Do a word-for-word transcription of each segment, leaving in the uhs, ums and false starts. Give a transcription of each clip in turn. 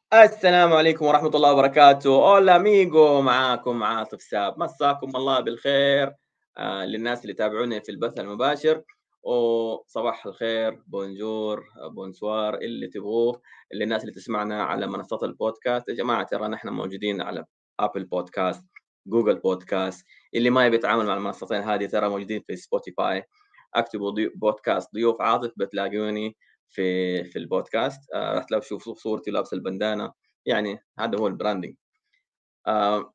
السلام عليكم ورحمة الله وبركاته. أولا أميغو، معاكم عاطف ساب. مساكم الله بالخير. آه للناس اللي تابعوني في البث المباشر، وصباح الخير، بونجور، آه، بونسوار، اللي تبغوه. للناس اللي تسمعنا على منصات البودكاست، يا جماعة ترى نحن موجودين على أبل بودكاست، جوجل بودكاست. اللي ما يبي يتعامل مع المنصتين هذه ترى موجودين في سبوتيفاي. اكتبوا ضيو بودكاست ضيوف عاطف بتلاقوني في في البودكاست. آه، راح تلاقوا تشوفوا صورتي لابس البندانة، يعني هذا هو البراندنج. آه،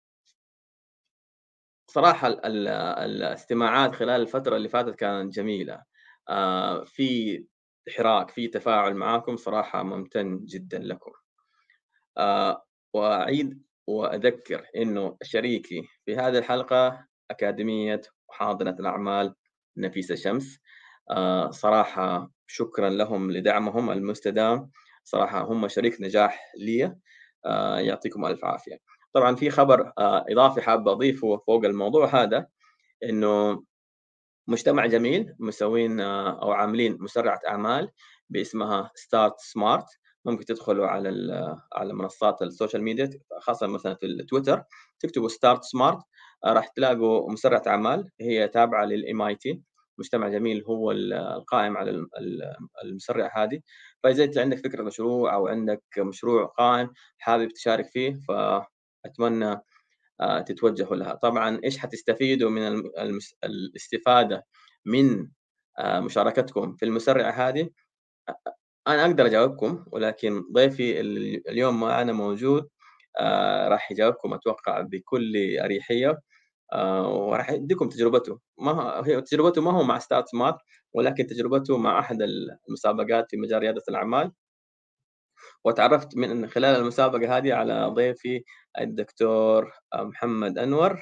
صراحة ال ال الاستماعات خلال الفترة اللي فاتت كانت جميلة. آه، في حراك، في تفاعل معاكم، صراحة ممتن جدًا لكم. آآ وأعيد وأذكّر إنه شريكي في هذه الحلقة أكاديمية محاضنة الأعمال نفيسة شمس. آآ صراحة شكرًا لهم لدعمهم المستدام، صراحة هم شريك نجاح ليّا. آآ يعطيكم ألف عافية. طبعًا في خبر آآ إضافي حابب أضيفه فوق الموضوع هذا، إنه مجتمع جميل مسوين آه، أو عاملين مسرعة أعمال باسمها start smart. ممكن تدخلوا على ال على منصات السوشيال ميديا، خاصة مثلًا في التويتر، تكتبوا start smart. آآ راح تلاقوا مسرعة أعمال هي تابعة للMIT. مجتمع جميل هو ال القائم على ال ال المسرعة هذه. فإذا أنت عندك فكرة مشروع أو عندك مشروع قائم حابب تشارك فيه، فأتمنى آآ تتوجهوا لها. طبعًا إيش حتستفيدوا من الم المس الاستفادة من آآ مشاركتكم في المسرّعة هذه؟ أنا أقدر أجاوبكم، ولكن ضيفي ال اليوم معنا موجود، آآ راح يجاوبكم أتوقع بكل أريحية. آآ وراح يديكم تجربته، ما ه هي تجربته ما هو مع start smart، ولكن تجربته مع أحد المسابقات في مجال ريادة الأعمال. واتعرّفت من خلال المسابقة هذه على ضيفي الدكتور آآ محمد أنور.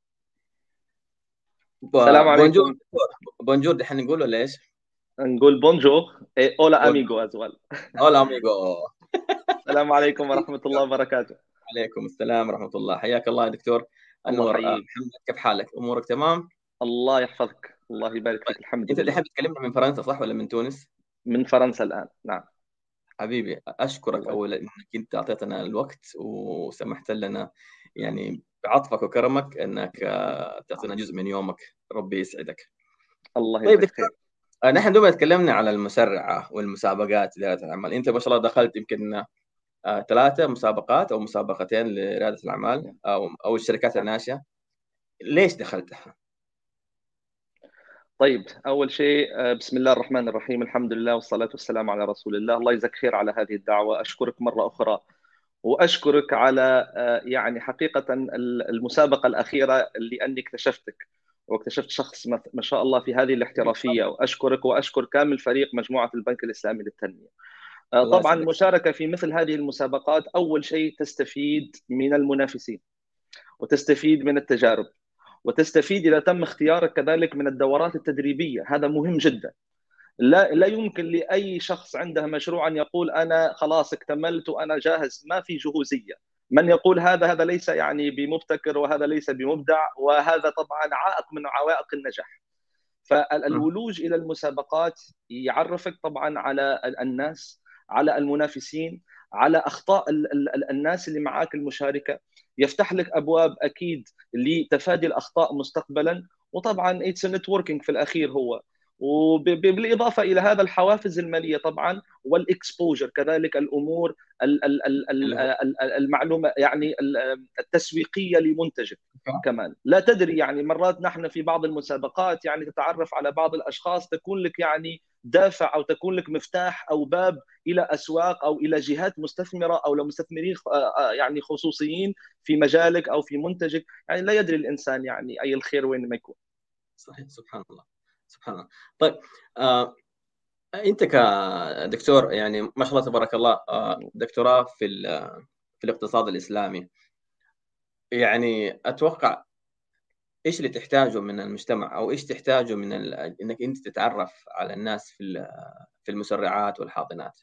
ب السلام بونجور عليكم. دكتور، بونجور دحين نقول والّا إيش؟ نقول بونجور إيه أولا أميغو بونجور، as well. hola amigo. السلام عليكم ورحمة الله وبركاته. عليكم السلام ورحمة الله، حياك الله يا دكتور الله أنور. آآ يحييك. محمد، كيف حالك؟ أمورك تمام؟ الله يحفظك، الله يبارك طيب، فيك. الحمد أنت لله. دحين بتكلمنا من فرنسا صح والّا من تونس؟ من فرنسا الآن، نعم. حبيبي، أشكرك الله أولًا إنك أنت أعطيتنا الوقت وسمحت لنا، يعني بعطفك وكرمك إنك آه، تعطينا جزء من يومك، ربي يسعدك. الله طيب يجزاك دكتور، خير. آآ نحن دوبنا تكلمنا على المسرعة والمسابقات لريادة الأعمال. أنت ما شاء الله دخلت يمكن آآ ثلاثة مسابقات أو مسابقتين لريادة الأعمال أو أو الشركات نعم. الناشئة. ليش دخلتها؟ طيب، أول شيء آه، بسم الله الرحمن الرحيم، الحمد لله والصلاة والسلام على رسول الله. الله يجزاك خير على هذه الدعوة، أشكرك مرة أخرى. وأشكرك على آه، يعني حقيقة ال- المسابقة الأخيرة اللي أني اكتشفتك واكتشفت شخص ما ما شاء الله في هذه الاحترافية، وأشكرك وأشكر كامل فريق مجموعة البنك الإسلامي للتنمية. آه، الله طبعا يسعدك. المشاركة في مثل هذه المسابقات أول شيء تستفيد من المنافسين، وتستفيد من التجارب، وتستفيد إذا تم اختيارك كذلك من الدورات التدريبية. هذا مهم جدا. لا لا يمكن لأي شخص عنده مشروع أن يقول أنا خلاص اكتملت وأنا جاهز. ما في جهوزية. من يقول هذا هذا ليس يعني بمبتكر، وهذا ليس بمبدع، وهذا طبعا عائق من عوائق النجاح. إمم، فالولوج الى المسابقات يعرفك طبعا على الناس، على المنافسين، على اخطاء ال- ال- الناس اللي معاك المشاركه. يفتح لك ابواب اكيد لتفادي الاخطاء مستقبلا. وطبعا اتس نتوركينج في الاخير هو. وبالاضافه الى هذا الحوافز الماليه طبعا، والاكسبوجر كذلك، الامور ال- ال- ال- ال- اللي هو ال- المعلومه يعني ال- التسويقيه لمنتجك. الفكرة. كمان لا تدري، يعني مرات نحن في بعض المسابقات يعني تتعرف على بعض الاشخاص، تكون لك يعني دافع، او تكون لك مفتاح او باب الى اسواق او الى جهات مستثمره او لمستثمرين يعني خصوصيين في مجالك او في منتجك. يعني لا يدري الانسان يعني اي الخير وين ما يكون. صحيح، سبحان الله، سبحان الله. طيب، آآ أنت كدكتور، يعني ما شاء الله تبارك الله، آآ دكتوراه في ال في الاقتصاد الإسلامي. يعني أتوقع إيش اللي تحتاجه من المجتمع أو إيش تحتاجه من ال إنك أنت تتعرف على الناس في ال في المسرعات والحاضنات؟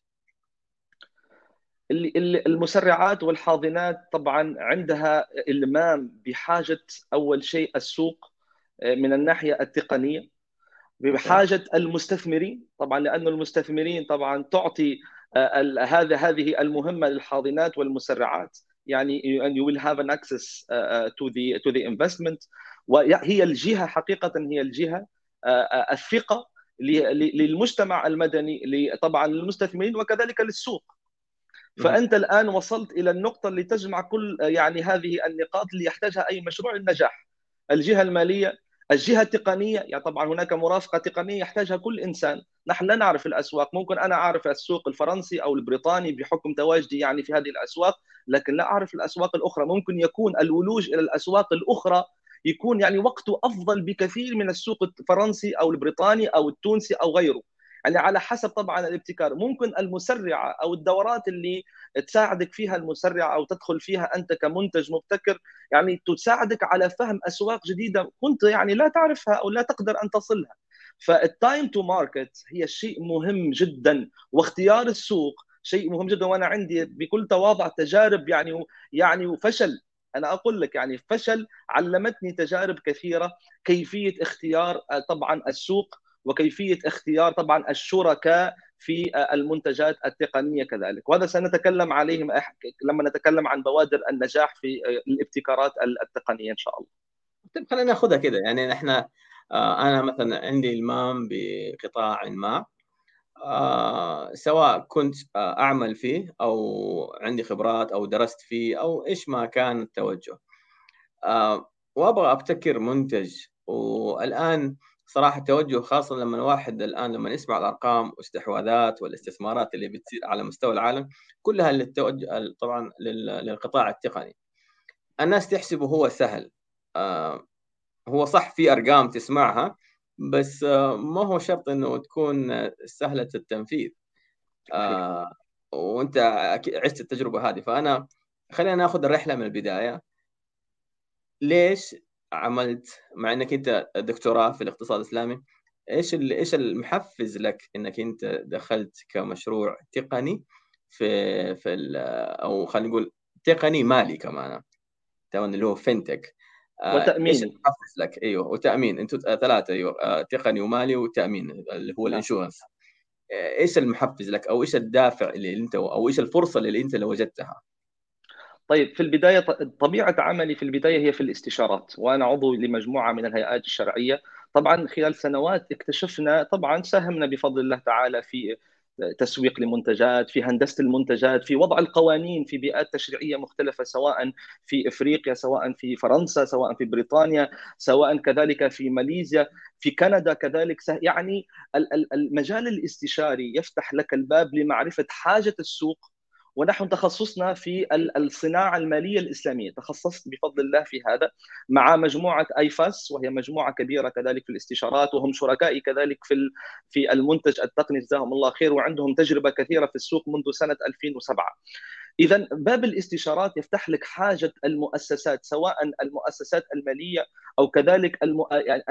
اللي- اللي- المسرعات والحاضنات طبعا عندها المام بحاجه اول شيء السوق من الناحيه التقنيه، أوكي. بحاجه المستثمرين طبعا، لانه المستثمرين طبعا تعطي هذا هذه المهمة للحاضنات والمسرعات، يعني you will have an access to the to the investment. وهي الجهة حقيقة، هي الجهة الثقة للمجتمع المدني، طبعا للمستثمرين وكذلك للسوق. فأنت الآن وصلت إلى النقطة اللي تجمع كل يعني هذه النقاط اللي يحتاجها أي مشروع للنجاح. الجهة المالية، الجهة التقنية، يعني طبعا هناك مرافقة تقنية يحتاجها كل إنسان. نحن لا نعرف الأسواق، ممكن أنا أعرف السوق الفرنسي أو البريطاني بحكم تواجدي يعني في هذه الأسواق، لكن لا أعرف الأسواق الأخرى. ممكن يكون الولوج إلى الأسواق الأخرى يكون يعني وقته أفضل بكثير من السوق الفرنسي أو البريطاني أو التونسي أو غيره، يعني على حسب طبعا الابتكار. ممكن المسرعة أو الدورات اللي تساعدك فيها المسرعة أو تدخل فيها أنت كمنتج مبتكر، يعني تساعدك على فهم أسواق جديدة كنت يعني لا تعرفها أو لا تقدر أن تصلها. فالتايم تو ماركت هي شيء مهم جدا، واختيار السوق شيء مهم جدا. وأنا عندي بكل تواضع تجارب يعني يعني وفشل، أنا أقول لك يعني فشل علمتني تجارب كثيرة كيفية اختيار طبعا السوق، وكيفية اختيار طبعا الشركاء في المنتجات التقنية كذلك. وهذا سنتكلم عليه لما نتكلم عن بوادر النجاح في الابتكارات التقنية إن شاء الله. طيب خلينا ناخذها كده، يعني نحن أنا مثلا عندي المام بقطاع ما، سواء كنت أعمل فيه أو عندي خبرات أو درست فيه أو إيش ما كان التوجه، وأبغى أبتكر منتج. والآن صراحة التوجه خاصة لما الواحد الآن لما يسمع الأرقام والاستحواذات والاستثمارات اللي بتصير على مستوى العالم كلها للتوجه طبعا للقطاع التقني. الناس تحسبه هو سهل، آه هو صح في أرقام تسمعها، بس آه ما هو شرط إنه تكون سهلة التنفيذ. آه وأنت عشت التجربة هذه، فأنا خلينا ناخذ الرحلة من البداية. ليش عملت، مع انك انت دكتوراه في الاقتصاد الاسلامي، ايش ايش المحفز لك انك انت دخلت كمشروع تقني في في او خلينا نقول تقني مالي كمان، تمام، اللي هو فينتك. آه ايش وتأميني. المحفز لك؟ ايوه وتامين، انتوا ثلاثه، ايوه آه تقني ومالي وتامين اللي هو نعم. الانشورنس. آه ايش المحفز لك او ايش الدافع اللي انت او ايش الفرصه اللي انت لو وجدتها؟ طيب في البداية طبيعة عملي في البداية هي في الاستشارات، وأنا عضو لمجموعة من الهيئات الشرعية. طبعا خلال سنوات اكتشفنا، طبعا ساهمنا بفضل الله تعالى في تسويق لمنتجات، في هندسة المنتجات، في وضع القوانين في بيئات تشريعية مختلفة، سواء في إفريقيا، سواء في فرنسا، سواء في بريطانيا، سواء كذلك في ماليزيا، في كندا كذلك. يعني المجال الاستشاري يفتح لك الباب لمعرفة حاجة السوق. ونحن تخصصنا في الصناعة المالية الإسلامية، تخصصت بفضل الله في هذا مع مجموعة أيفاس، وهي مجموعة كبيرة كذلك في الاستشارات، وهم شركائي كذلك في في المنتج التقني جزاهم الله خير، وعندهم تجربة كثيرة في السوق منذ سنة ألفين وسبعة. إذا باب الاستشارات يفتح لك حاجة المؤسسات، سواء المؤسسات المالية أو كذلك الم...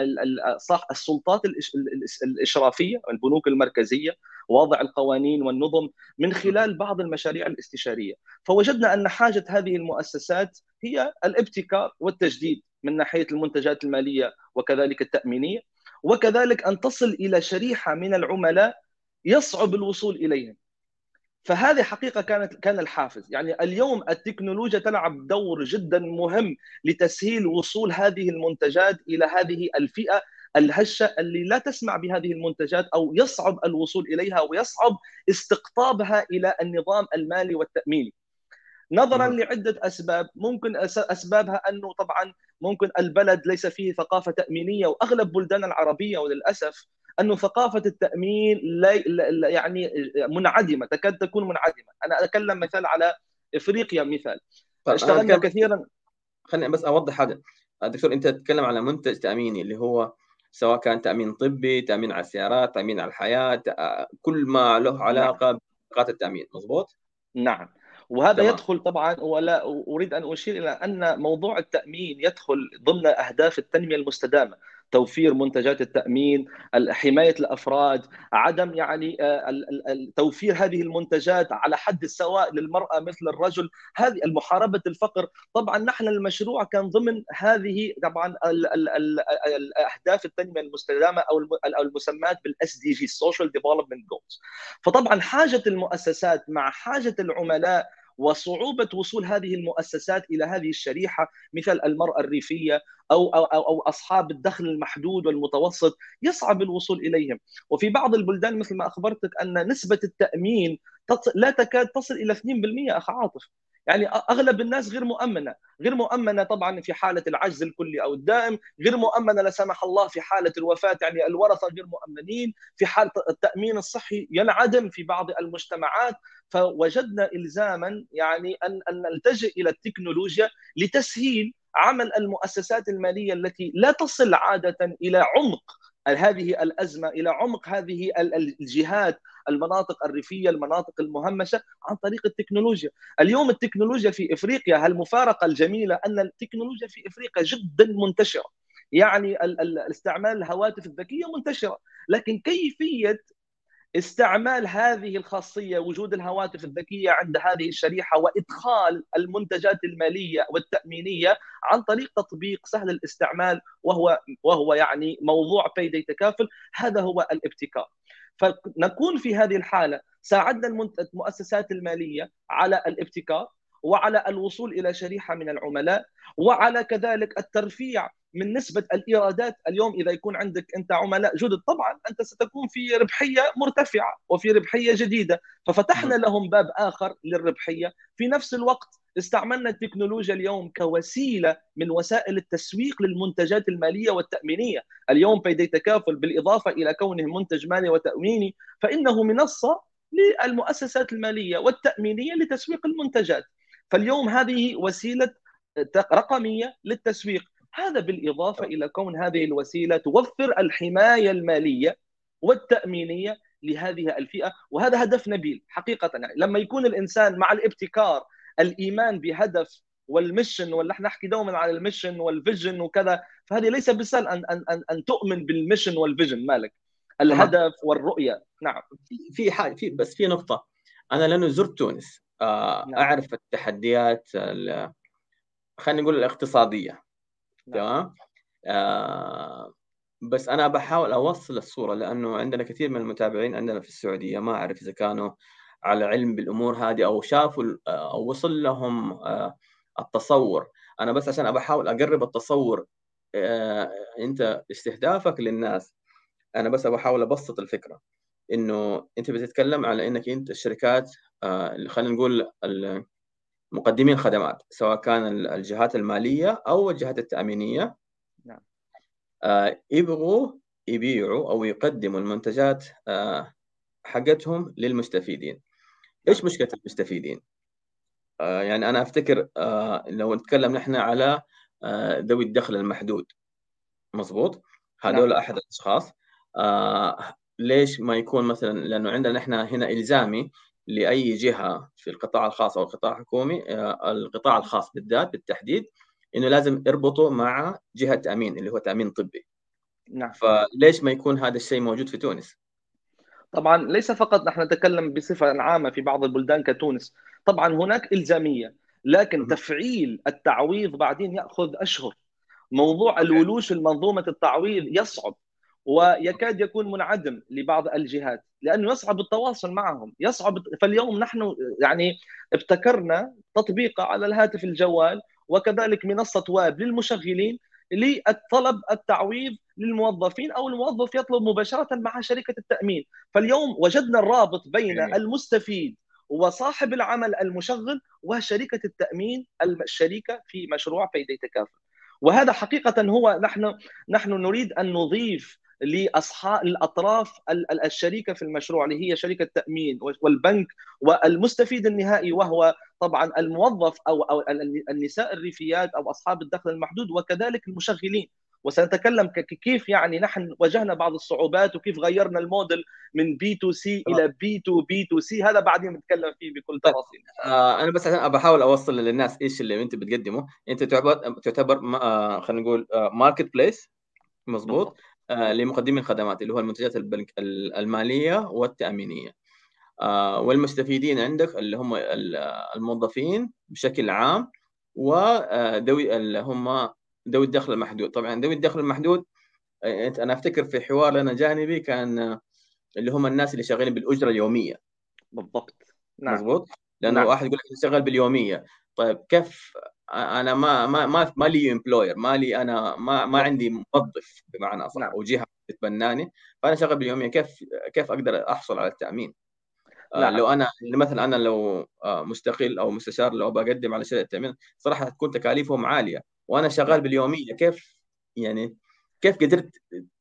صح السلطات الإشرافية، البنوك المركزية، وضع القوانين والنظم من خلال بعض المشاريع الاستشارية. فوجدنا أن حاجة هذه المؤسسات هي الابتكار والتجديد من ناحية المنتجات المالية وكذلك التأمينية، وكذلك أن تصل إلى شريحة من العملاء يصعب الوصول إليهم. فهذه حقيقة كانت كان الحافز. يعني اليوم التكنولوجيا تلعب دور جدا مهم لتسهيل وصول هذه المنتجات إلى هذه الفئة الهشة اللي لا تسمع بهذه المنتجات، أو يصعب الوصول إليها ويصعب استقطابها إلى النظام المالي والتأميني، نظرا لعدة أسباب. ممكن أسبابها أنه طبعا ممكن البلد ليس فيه ثقافة تأمينية، وأغلب بلدان العربية وللأسف أنه ثقافة التأمين لا يعني منعدمة، تكاد تكون منعدمة. أنا أتكلم مثال على إفريقيا مثال، اشتغلنا كثيرا. خليني بس أوضح حاجة دكتور، أنت تتكلم على منتج تأميني اللي هو سواء كان تأمين طبي، تأمين على السيارات، تأمين على الحياة، كل ما له علاقة نعم. بقطاع التأمين، مضبوط؟ نعم. وهذا تمام. يدخل طبعا، ولا أريد أن أشير إلى أن موضوع التأمين يدخل ضمن أهداف التنمية المستدامة. توفير منتجات التأمين، حماية الأفراد، عدم يعني توفير هذه المنتجات على حد السواء للمرأة مثل الرجل، هذه محاربة الفقر. طبعا نحن المشروع كان ضمن هذه طبعا الأهداف التنمية المستدامة أو المسمات بالاس دي جي Social Development Goals. فطبعا حاجة المؤسسات مع حاجة العملاء وصعوبة وصول هذه المؤسسات إلى هذه الشريحة مثل المرأة الريفية أو, أو, أو, أو أصحاب الدخل المحدود والمتوسط، يصعب الوصول إليهم. وفي بعض البلدان مثل ما أخبرتك أن نسبة التأمين لا تكاد تصل إلى اثنين بالمئة أخ عاطف. يعني أغلب الناس غير مؤمنة، غير مؤمنة طبعا في حالة العجز الكلي أو الدائم، غير مؤمنة لا سمح الله في حالة الوفاة، يعني الورثة غير مؤمنين، في حالة التأمين الصحي ينعدم في بعض المجتمعات. فوجدنا إلزاما يعني أن أن نلتجئ إلى التكنولوجيا لتسهيل عمل المؤسسات المالية التي لا تصل عادة إلى عمق هذه الأزمة، إلى عمق هذه الجهات، المناطق الريفية، المناطق المهمشة، عن طريق التكنولوجيا. اليوم التكنولوجيا في إفريقيا، هالمفارقة الجميلة أن التكنولوجيا في إفريقيا جدا منتشرة، يعني الاستعمال الهواتف الذكية منتشرة، لكن كيفية استعمال هذه الخاصية، وجود الهواتف الذكية عند هذه الشريحة، وإدخال المنتجات المالية والتأمينية عن طريق تطبيق سهل الاستعمال، وهو وهو يعني موضوع بيدي تكافل، هذا هو الابتكار. فنكون في هذه الحالة ساعدنا المؤسسات المالية على الابتكار وعلى الوصول إلى شريحة من العملاء، وعلى كذلك الترفيع من نسبة الإيرادات. اليوم إذا يكون عندك أنت عملاء جدد، طبعا أنت ستكون في ربحية مرتفعة وفي ربحية جديدة، ففتحنا لهم باب آخر للربحية. في نفس الوقت استعملنا التكنولوجيا اليوم كوسيلة من وسائل التسويق للمنتجات المالية والتأمينية. اليوم بيدي تكافل بالإضافة إلى كونه منتج مالي وتأميني، فإنه منصة للمؤسسات المالية والتأمينية لتسويق المنتجات. فاليوم هذه وسيلة رقمية للتسويق، هذا بالإضافة إلى كون هذه الوسيلة توفر الحماية المالية والتأمينية لهذه الفئة. وهذا هدف نبيل حقيقة. يعني لما يكون الإنسان مع الابتكار، الإيمان بهدف والميشن، ولا احنا نحكي دوما على الميشن والفيجن وكذا، فهذه ليس بسهل أن, أن, أن, أن تؤمن بالميشن والفيجن مالك، الهدف والرؤية. نعم. في حاجة في بس في نقطة، أنا لأنه زرت تونس آه نعم. أعرف التحديات خلينا نقول الاقتصادية. تمام. آه بس أنا بحاول أوصل الصورة، لأنه عندنا كثير من المتابعين عندنا في السعودية ما أعرف إذا كانوا على علم بالأمور هذه أو شافوا أو وصل لهم آه التصور. أنا بس عشان أبحاول أقرب التصور، آه أنت استهدافك للناس، أنا بس بحاول أبسط الفكرة. إنه أنت بتتكلم على إنك أنت الشركات آه خلينا نقول مقدمين خدمات، سواء كان الجهات المالية أو الجهات التأمينية، نعم. آه يبغوا يبيعوا أو يقدموا المنتجات آه حقتهم للمستفيدين. نعم. إيش مشكلة المستفيدين؟ آه يعني أنا أفتكر آه لو نتكلم نحن على آه ذوي الدخل المحدود، مظبوط، هذول نعم. أحد الأشخاص. آه ليش ما يكون مثلا، لأنه عندنا نحن هنا إلزامي لأي جهة في القطاع الخاص أو القطاع الحكومي، آه القطاع الخاص بالذات بالتحديد، إنه لازم يربطوا مع جهة تأمين اللي هو تأمين طبي. نعم. فليش ما يكون هذا الشيء موجود في تونس؟ طبعا ليس فقط نحن نتكلم بصفة عامة في بعض البلدان كتونس، طبعا هناك إلزامية، لكن تفعيل التعويض بعدين يأخذ أشهر. موضوع الولوج المنظومة التعويض يصعب ويكاد يكون منعدم لبعض الجهات، لأنه يصعب التواصل معهم، يصعب. فاليوم نحن يعني ابتكرنا تطبيق على الهاتف الجوال، وكذلك منصة ويب للمشغلين للطلب التعويض للموظفين، أو الموظف يطلب مباشرة مع شركة التأمين. فاليوم وجدنا الرابط بين المستفيد وصاحب العمل المشغل وشركة التأمين الشريكة في مشروع بيدي تكافل. وهذا حقيقة هو نحن نحن نريد أن نضيف لأصحاب الأطراف الشريكة في المشروع، اللي هي شركة التأمين والبنك والمستفيد النهائي، وهو طبعا الموظف أو أو النساء الريفيات أو أصحاب الدخل المحدود، وكذلك المشغلين. وسنتكلم كيف يعني نحن واجهنا بعض الصعوبات، وكيف غيرنا الموديل من بي تو سي إلى بي تو بي تو سي، هذا بعدين نتكلم فيه بكل تفاصيل. آه أنا بس عشان بحاول أوصل للناس إيش اللي أنت بتقدمه. أنت تعتبر تعتبر آه خلينا نقول آه ماركت بليس مضبوط. بالضبط آه، لمقدمي الخدمات اللي هو المنتجات البنك المالية والتأمينية. آه، والمستفيدين عندك اللي هم ال- الموظفين بشكل عام، وذوي اللي هم ذوي الدخل المحدود. طبعا ذوي الدخل المحدود، آه، أنت- انا افتكر في حوار لنا جانبي كان آه، اللي هم الناس اللي شغالين بالاجره اليوميه. بالضبط. نعم. مظبوط. لانه نعم. واحد يقول لك أنا شغال باليوميه. طيب كيف؟ انا ما ما ما ما لي امبلوير، ما لي انا ما ما بالضبط. عندي موظف بمعنى اصح نعم. او جهه تتبناني. فانا شغال باليوميه، كيف كيف اقدر احصل على التامين؟ آه، نعم. لو انا مثلا انا لو آه، مستقل او مستشار، لو بقدم على شركه تامين صراحه هتكون تكاليفهم عاليه، وانا شغال نعم. باليوميه. كيف يعني؟ كيف قدرت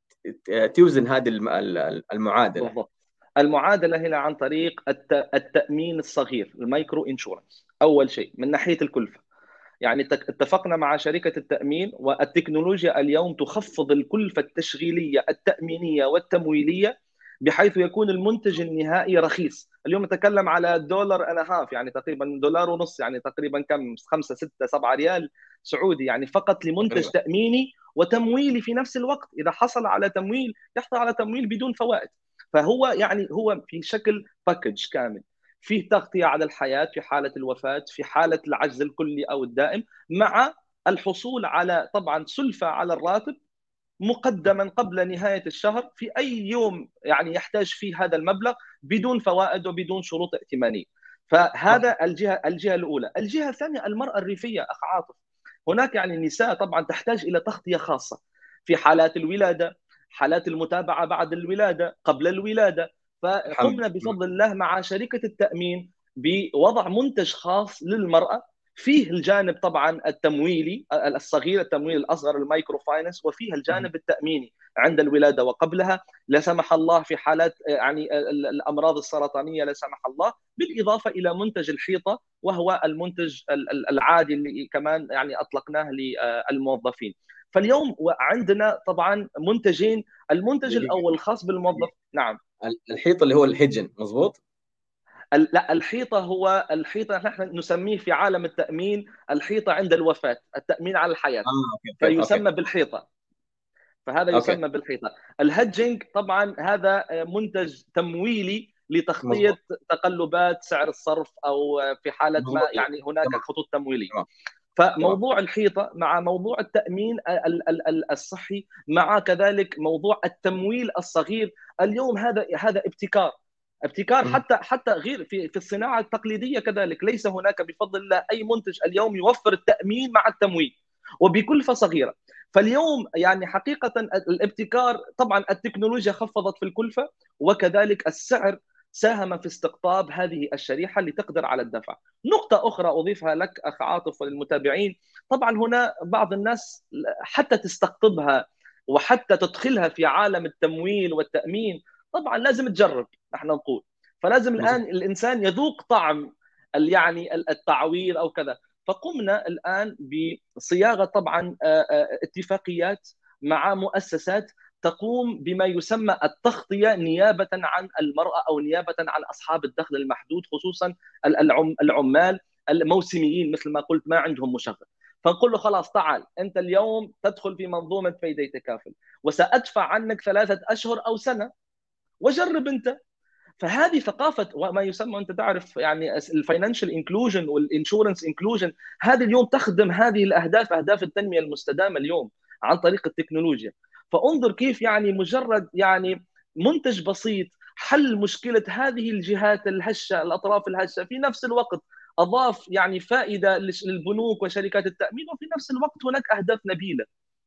ت- توزن هذه الم- ال- المعادله؟ بالضبط. المعادلة هنا عن طريق الت- التأمين الصغير، المايكرو انشورنس. أول شيء من ناحية الكلفة، يعني اتك- اتفقنا مع شركة التأمين، والتكنولوجيا اليوم تخفض الكلفة التشغيلية التأمينية والتمويلية بحيث يكون المنتج النهائي رخيص. اليوم نتكلم على دولار انا هاف، يعني تقريبا دولار ونص، يعني تقريبا كم، خمسة ستة سبعة ريال سعودي، يعني فقط لمنتج تقريبا. تأميني وتمويلي في نفس الوقت. إذا حصل على تمويل يحصل على تمويل بدون فوائد. فهو يعني هو في شكل باكج كامل، فيه تغطية على الحياة في حالة الوفاة، في حالة العجز الكلي أو الدائم، مع الحصول على طبعا سلفة على الراتب مقدما قبل نهاية الشهر في أي يوم يعني يحتاج فيه هذا المبلغ، بدون فوائد وبدون شروط ائتمانية. فهذا صح. الجهة الجهة الأولى. الجهة الثانية المرأة الريفية أخ عاطف. هناك يعني النساء طبعا تحتاج إلى تغطية خاصة في حالات الولادة، حالات المتابعة بعد الولادة، قبل الولادة. الحمد. فقمنا بفضل الله مع شركة التأمين بوضع منتج خاص للمرأة، فيه الجانب طبعا التمويلي الصغير، التمويل الاصغر، المايكرو فاينانس، وفيه الجانب التاميني عند الولاده وقبلها، لا سمح الله في حالات يعني الامراض السرطانيه لا سمح الله، بالاضافه الى منتج الحيطه وهو المنتج العادي اللي كمان يعني اطلقناه للموظفين. فاليوم عندنا طبعا منتجين، المنتج الاول دقيقة. الخاص بالموظف. نعم. الحيط اللي هو الهجن، مظبوط. لا، الحيطة هو الحيطة نحن نسميه في عالم التأمين الحيطة عند الوفاة، التأمين على الحياة، اه، اوكي اوكي اوكي فيسمى بالحيطة. فهذا اوكي. يسمى بالحيطة. الهجنج طبعا هذا منتج تمويلي مظبوط. لتغطية تقلبات سعر الصرف، أو في حالة ما مظبوط. يعني هناك تمام. خطوط تمويلية. تمام. تمام. فموضوع الحيطة مع موضوع التأمين الصحي، مع كذلك موضوع التمويل الصغير. اليوم هذا هذا ابتكار، ابتكار مم. حتى حتى غير في في الصناعه التقليديه كذلك. ليس هناك بفضل الله اي منتج اليوم يوفر التامين مع التمويل وبكلفه صغيره. فاليوم يعني حقيقه الابتكار، طبعا التكنولوجيا خفضت في الكلفه، وكذلك السعر ساهم في استقطاب هذه الشريحه اللي تقدر على الدفع. نقطه اخرى اضيفها لك اخ عاطف وللمتابعين، طبعا هنا بعض الناس حتى تستقطبها وحتى تدخلها في عالم التمويل والتامين طبعا لازم تجرب، نحن نقول. فلازم الان مظبوط. الانسان يذوق طعم يعني التعويض او كذا. فقمنا الان بصياغه طبعا اتفاقيات مع مؤسسات تقوم بما يسمى التغطيه نيابه عن المراه او نيابه عن اصحاب الدخل المحدود، خصوصا العمال الموسميين مثل ما قلت ما عندهم مشغل. فنقول له خلاص تعال انت اليوم تدخل في منظومه فيدي تكافل، وسادفع عنك ثلاثه اشهر او سنه، وجرب انت. فهذه ثقافه وما يسمى، انت تعرف يعني الفاينانشال انكلوجن والانشورنس انكلوجن، هذه اليوم تخدم هذه الاهداف، اهداف التنميه المستدامه اليوم عن طريق التكنولوجيا. فانظر كيف يعني مجرد يعني منتج بسيط حل مشكله هذه الجهات الهشه، الاطراف الهشه، في نفس الوقت اضاف يعني فائده للبنوك وشركات التامين، وفي نفس الوقت هناك اهداف نبيله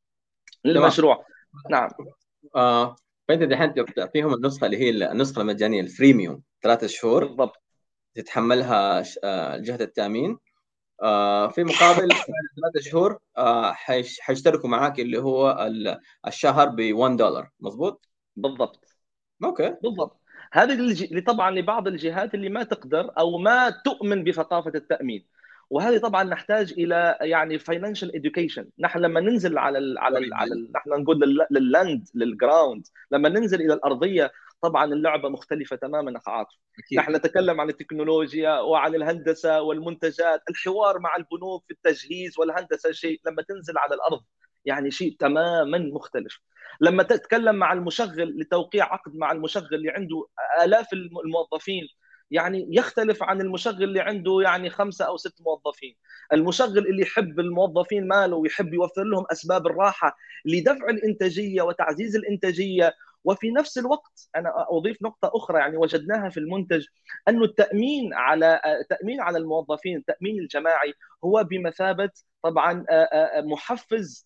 تمام. للمشروع. نعم. آه. فانت دحين تعطيهم النسخه اللي هي النسخه المجانيه الفريميوم ثلاثة شهور بالضبط. تتحملها ش- آه، جهه التامين. آه، في مقابل بعد ثلاثة شهور آه، حيش- حيشتركوا معاك اللي هو ال- الشهر ب واحد دولار، مظبوط. بالضبط. اوكي. بالضبط. هذه اللي طبعا لبعض الجهات اللي ما تقدر او ما تؤمن بثقافه التامين. وهذه طبعا نحتاج الى يعني فاينانشال اديوكيشن. نحن لما ننزل على ال على ال على ال نحن نقول لللاند للجراوند، لما ننزل الى الارضيه طبعا اللعبه مختلفه تماما اخ عاطف. اكيد. نحن نتكلم عن التكنولوجيا وعن الهندسه والمنتجات، الحوار مع البنوك في التجهيز والهندسه شيء، لما تنزل على الارض يعني شيء تماما مختلف. لما تتكلم مع المشغل لتوقيع عقد مع المشغل اللي عنده آلاف الموظفين، يعني يختلف عن المشغل اللي عنده يعني خمسة أو ست موظفين. المشغل اللي يحب الموظفين ماله ويحب يوفر لهم أسباب الراحة لدفع الإنتاجية وتعزيز الإنتاجية. وفي نفس الوقت أنا أضيف نقطة أخرى يعني وجدناها في المنتج، أنه التأمين على التأمين على الموظفين، التأمين الجماعي هو بمثابة طبعا محفز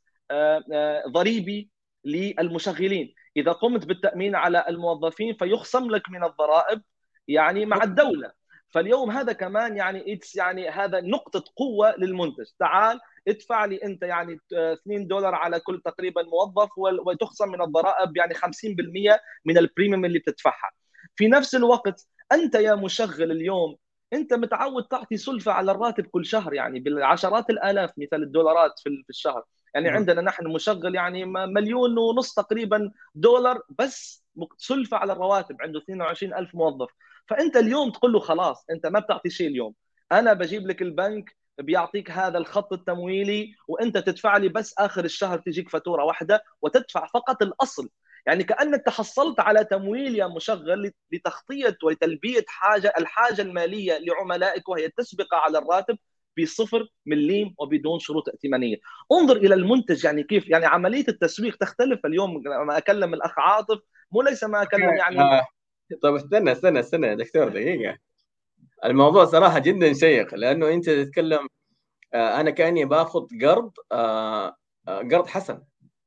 ضريبي للمشغلين. إذا قمت بالتأمين على الموظفين فيخصم لك من الضرائب يعني مع الدولة. فاليوم هذا كمان يعني يعني هذا نقطة قوة للمنتج. تعال ادفع لي انت يعني اثنين دولار على كل تقريبا موظف وتخصم من الضرائب يعني خمسين بالمئة من البريميوم اللي بتدفعها. في نفس الوقت انت يا مشغل اليوم انت متعود تعطي سلفة على الراتب كل شهر يعني بالعشرات الالاف مثل الدولارات في الشهر. يعني عندنا نحن مشغل يعني مليون ونص تقريبا دولار بس سلفة على الرواتب، عنده اثنين وعشرين ألف موظف. فانت اليوم تقول له خلاص انت ما بتعطي شيء اليوم، انا بجيب لك البنك بيعطيك هذا الخط التمويلي وانت تدفع لي بس اخر الشهر تجيك فاتوره واحده وتدفع فقط الاصل. يعني كانك تحصلت على تمويل يا مشغل لتغطيه وتلبيه حاجه الحاجه الماليه لعملائك وهي التسبقه على الراتب بصفر مليم وبدون شروط ائتمانيه. انظر الى المنتج يعني كيف يعني عمليه التسويق تختلف. اليوم لما اكلم الاخ عاطف مو ليس ما اكلم يعني. آه. طيب استنى استنى استنى يا دكتور دقيقة. الموضوع صراحة جدا شيق، لأنه أنت تتكلم آه أنا كأني باخذ قرض آه آه قرض حسن.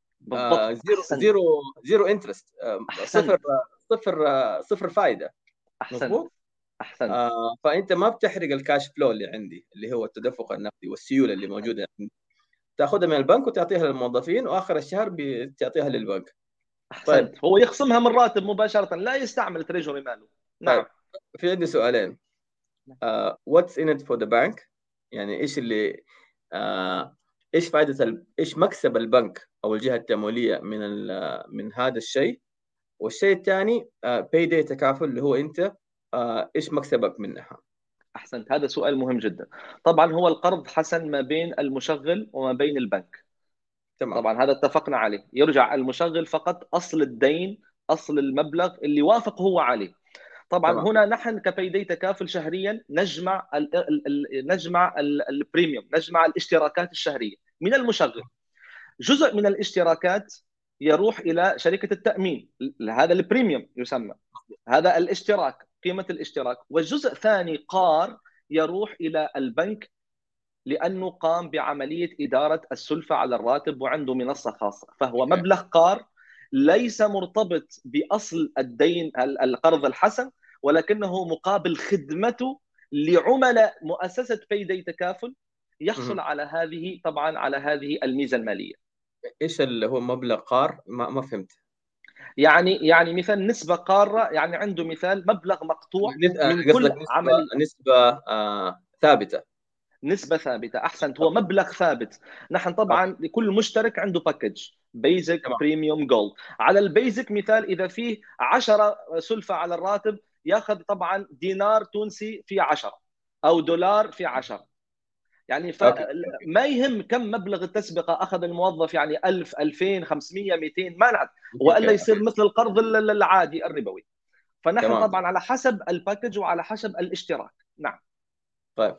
آه بالضبط. زيرو احسنت زيرو زيرو انترست، آه صفر احسنت صفر آه صفر فائدة. احسنت مظبوط. احسنت آه فأنت ما بتحرق الكاش فلو اللي عندي اللي هو التدفق النقدي والسيولة اللي موجودة عندي، تاخذها من البنك وتعطيها للموظفين وآخر الشهر بتعطيها للبنك. طيب. احسنت هو يخصمها من راتب مباشره، لا يستعمل تريجري ماله. طيب نعم. في عندي سؤالين. uh, what's in it for the bank، يعني ايش اللي uh, ايش فائده ال... ايش مكسب البنك او الجهه التمويليه من ال... من هذا الشيء، والشيء الثاني uh, payday تكافل اللي هو انت uh, ايش مكسبك منها. احسنت هذا سؤال مهم جدا. طبعا هو القرض حسن ما بين المشغل وما بين البنك. تمام. طبعا هذا اتفقنا عليه، يرجع المشغل فقط اصل الدين، اصل المبلغ اللي وافق هو عليه. طبعا تمام. هنا نحن كبيدي تكافل شهريا نجمع ال ال ال نجمع البريميوم، نجمع الاشتراكات الشهريه من المشغل. جزء من الاشتراكات يروح الى شركه التامين، هذا البريميوم يسمى، هذا الاشتراك قيمه الاشتراك. والجزء الثاني قار يروح الى البنك لانه قام بعمليه اداره السلفه على الراتب وعنده منصه خاصه، فهو مبلغ قار ليس مرتبط باصل الدين القرض الحسن، ولكنه مقابل خدمته لعملاء مؤسسه بيدي تكافل يحصل على هذه طبعا على هذه الميزه الماليه. ايش اللي هو مبلغ قار؟ ما, ما فهمت. يعني يعني مثال نسبه قاره، يعني عنده مثال مبلغ مقطوع من قصدك كل نسبه عمليه. نسبه آه ثابته. نسبة ثابتة أحسنت، هو مبلغ ثابت. نحن طبعا اوكي. لكل مشترك عنده باكج بيزك تمام. بريميوم جولد. على البيزك مثال إذا فيه عشرة سلفة على الراتب ياخذ طبعا دينار تونسي في عشرة أو دولار في عشرة. يعني اوكي. فما يهم كم مبلغ التسبقة أخذ الموظف، يعني ألف ألفين خمسمئة مئتين ما نعرف، وإلا اوكي. يصير مثل القرض العادي الربوي. فنحن تمام. طبعا على حسب الباكج وعلى حسب الاشتراك. نعم. طيب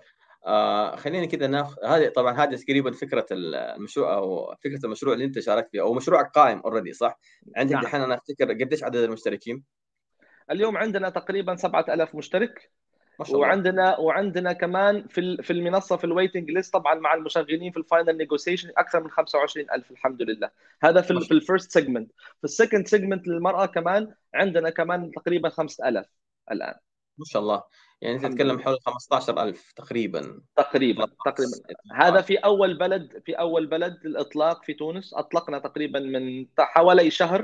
آه خلينا كده ناخذ هذه، طبعا هذه تقريبا فكره المشروع او فكره المشروع اللي انت شاركت فيه او مشروعك قائم اوريدي صح؟ عندك نعم دحين انا افتكر قديش عدد المشتركين؟ اليوم عندنا تقريبا سبعة آلاف مشترك. ما شاء الله. وعندنا وعندنا كمان في في المنصه في الويتنج ليست طبعا مع المشغلين في الفاينل نيغوسيشن اكثر من خمسة وعشرين ألف الحمد لله. هذا في ما ال في شاء الله. الفيرست سيجمنت. في السكند سيجمنت للمراه كمان عندنا كمان تقريبا خمسة آلاف الان. ما شاء الله. يعني انت الحمد تتكلم لله. حول خمسة عشر ألف تقريبا. تقريبا تقريبا. إطلاقات. هذا إطلاقات. في اول بلد في اول بلد للاطلاق في تونس، اطلقنا تقريبا من حوالي شهر.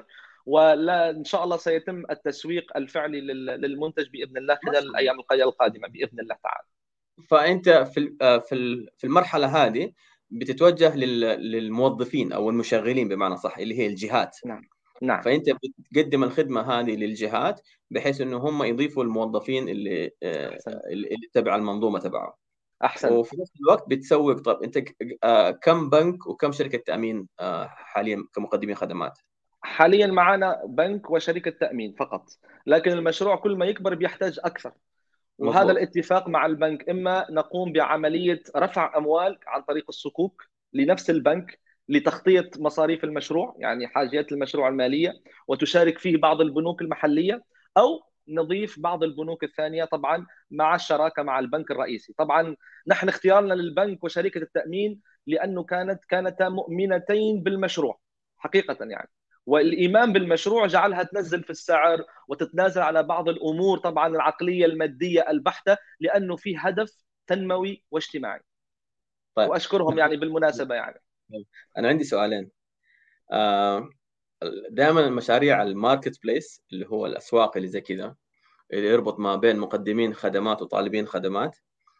ولا ان شاء الله سيتم التسويق الفعلي للمنتج باذن الله ما خلال شاء الله. الايام القادمه باذن الله تعالى. فانت في ال- آه، في ال- في المرحله هذه بتتوجه لل- للموظفين او المشغلين بمعنى صح اللي هي الجهات. نعم نعم. فانت بتقدم الخدمه هذه للجهات بحيث انه هم يضيفوا الموظفين اللي آه، احسنت اللي تبع المنظومه تبعه. احسنت. وفي نفس الوقت بتسوق. طب انت ك- آه، كم بنك وكم شركه تامين آه، حاليا كمقدمين خدمات؟ حاليا معنا بنك وشركه تامين فقط، لكن المشروع كل ما يكبر بيحتاج اكثر. وهذا مظبوط. الاتفاق مع البنك، اما نقوم بعمليه رفع اموال عن طريق الصكوك لنفس البنك لتغطيه مصاريف المشروع، يعني حاجيات المشروع الماليه، وتشارك فيه بعض البنوك المحليه، او نضيف بعض البنوك الثانيه طبعا مع الشراكه مع البنك الرئيسي. طبعا نحن اختيارنا للبنك وشركه التامين لانه كانت كانتا مؤمنتين بالمشروع حقيقه يعني، والايمان بالمشروع جعلها تنزل في السعر وتتنازل على بعض الامور طبعا العقليه الماديه البحته، لانه في هدف تنموي واجتماعي. طيب واشكرهم يعني بالمناسبه يعني. انا عندي سؤالين. آه، دائما المشاريع الماركت بليس اللي هو الاسواق اللي زي كذا، اللي يربط ما بين مقدمين خدمات وطالبين خدمات،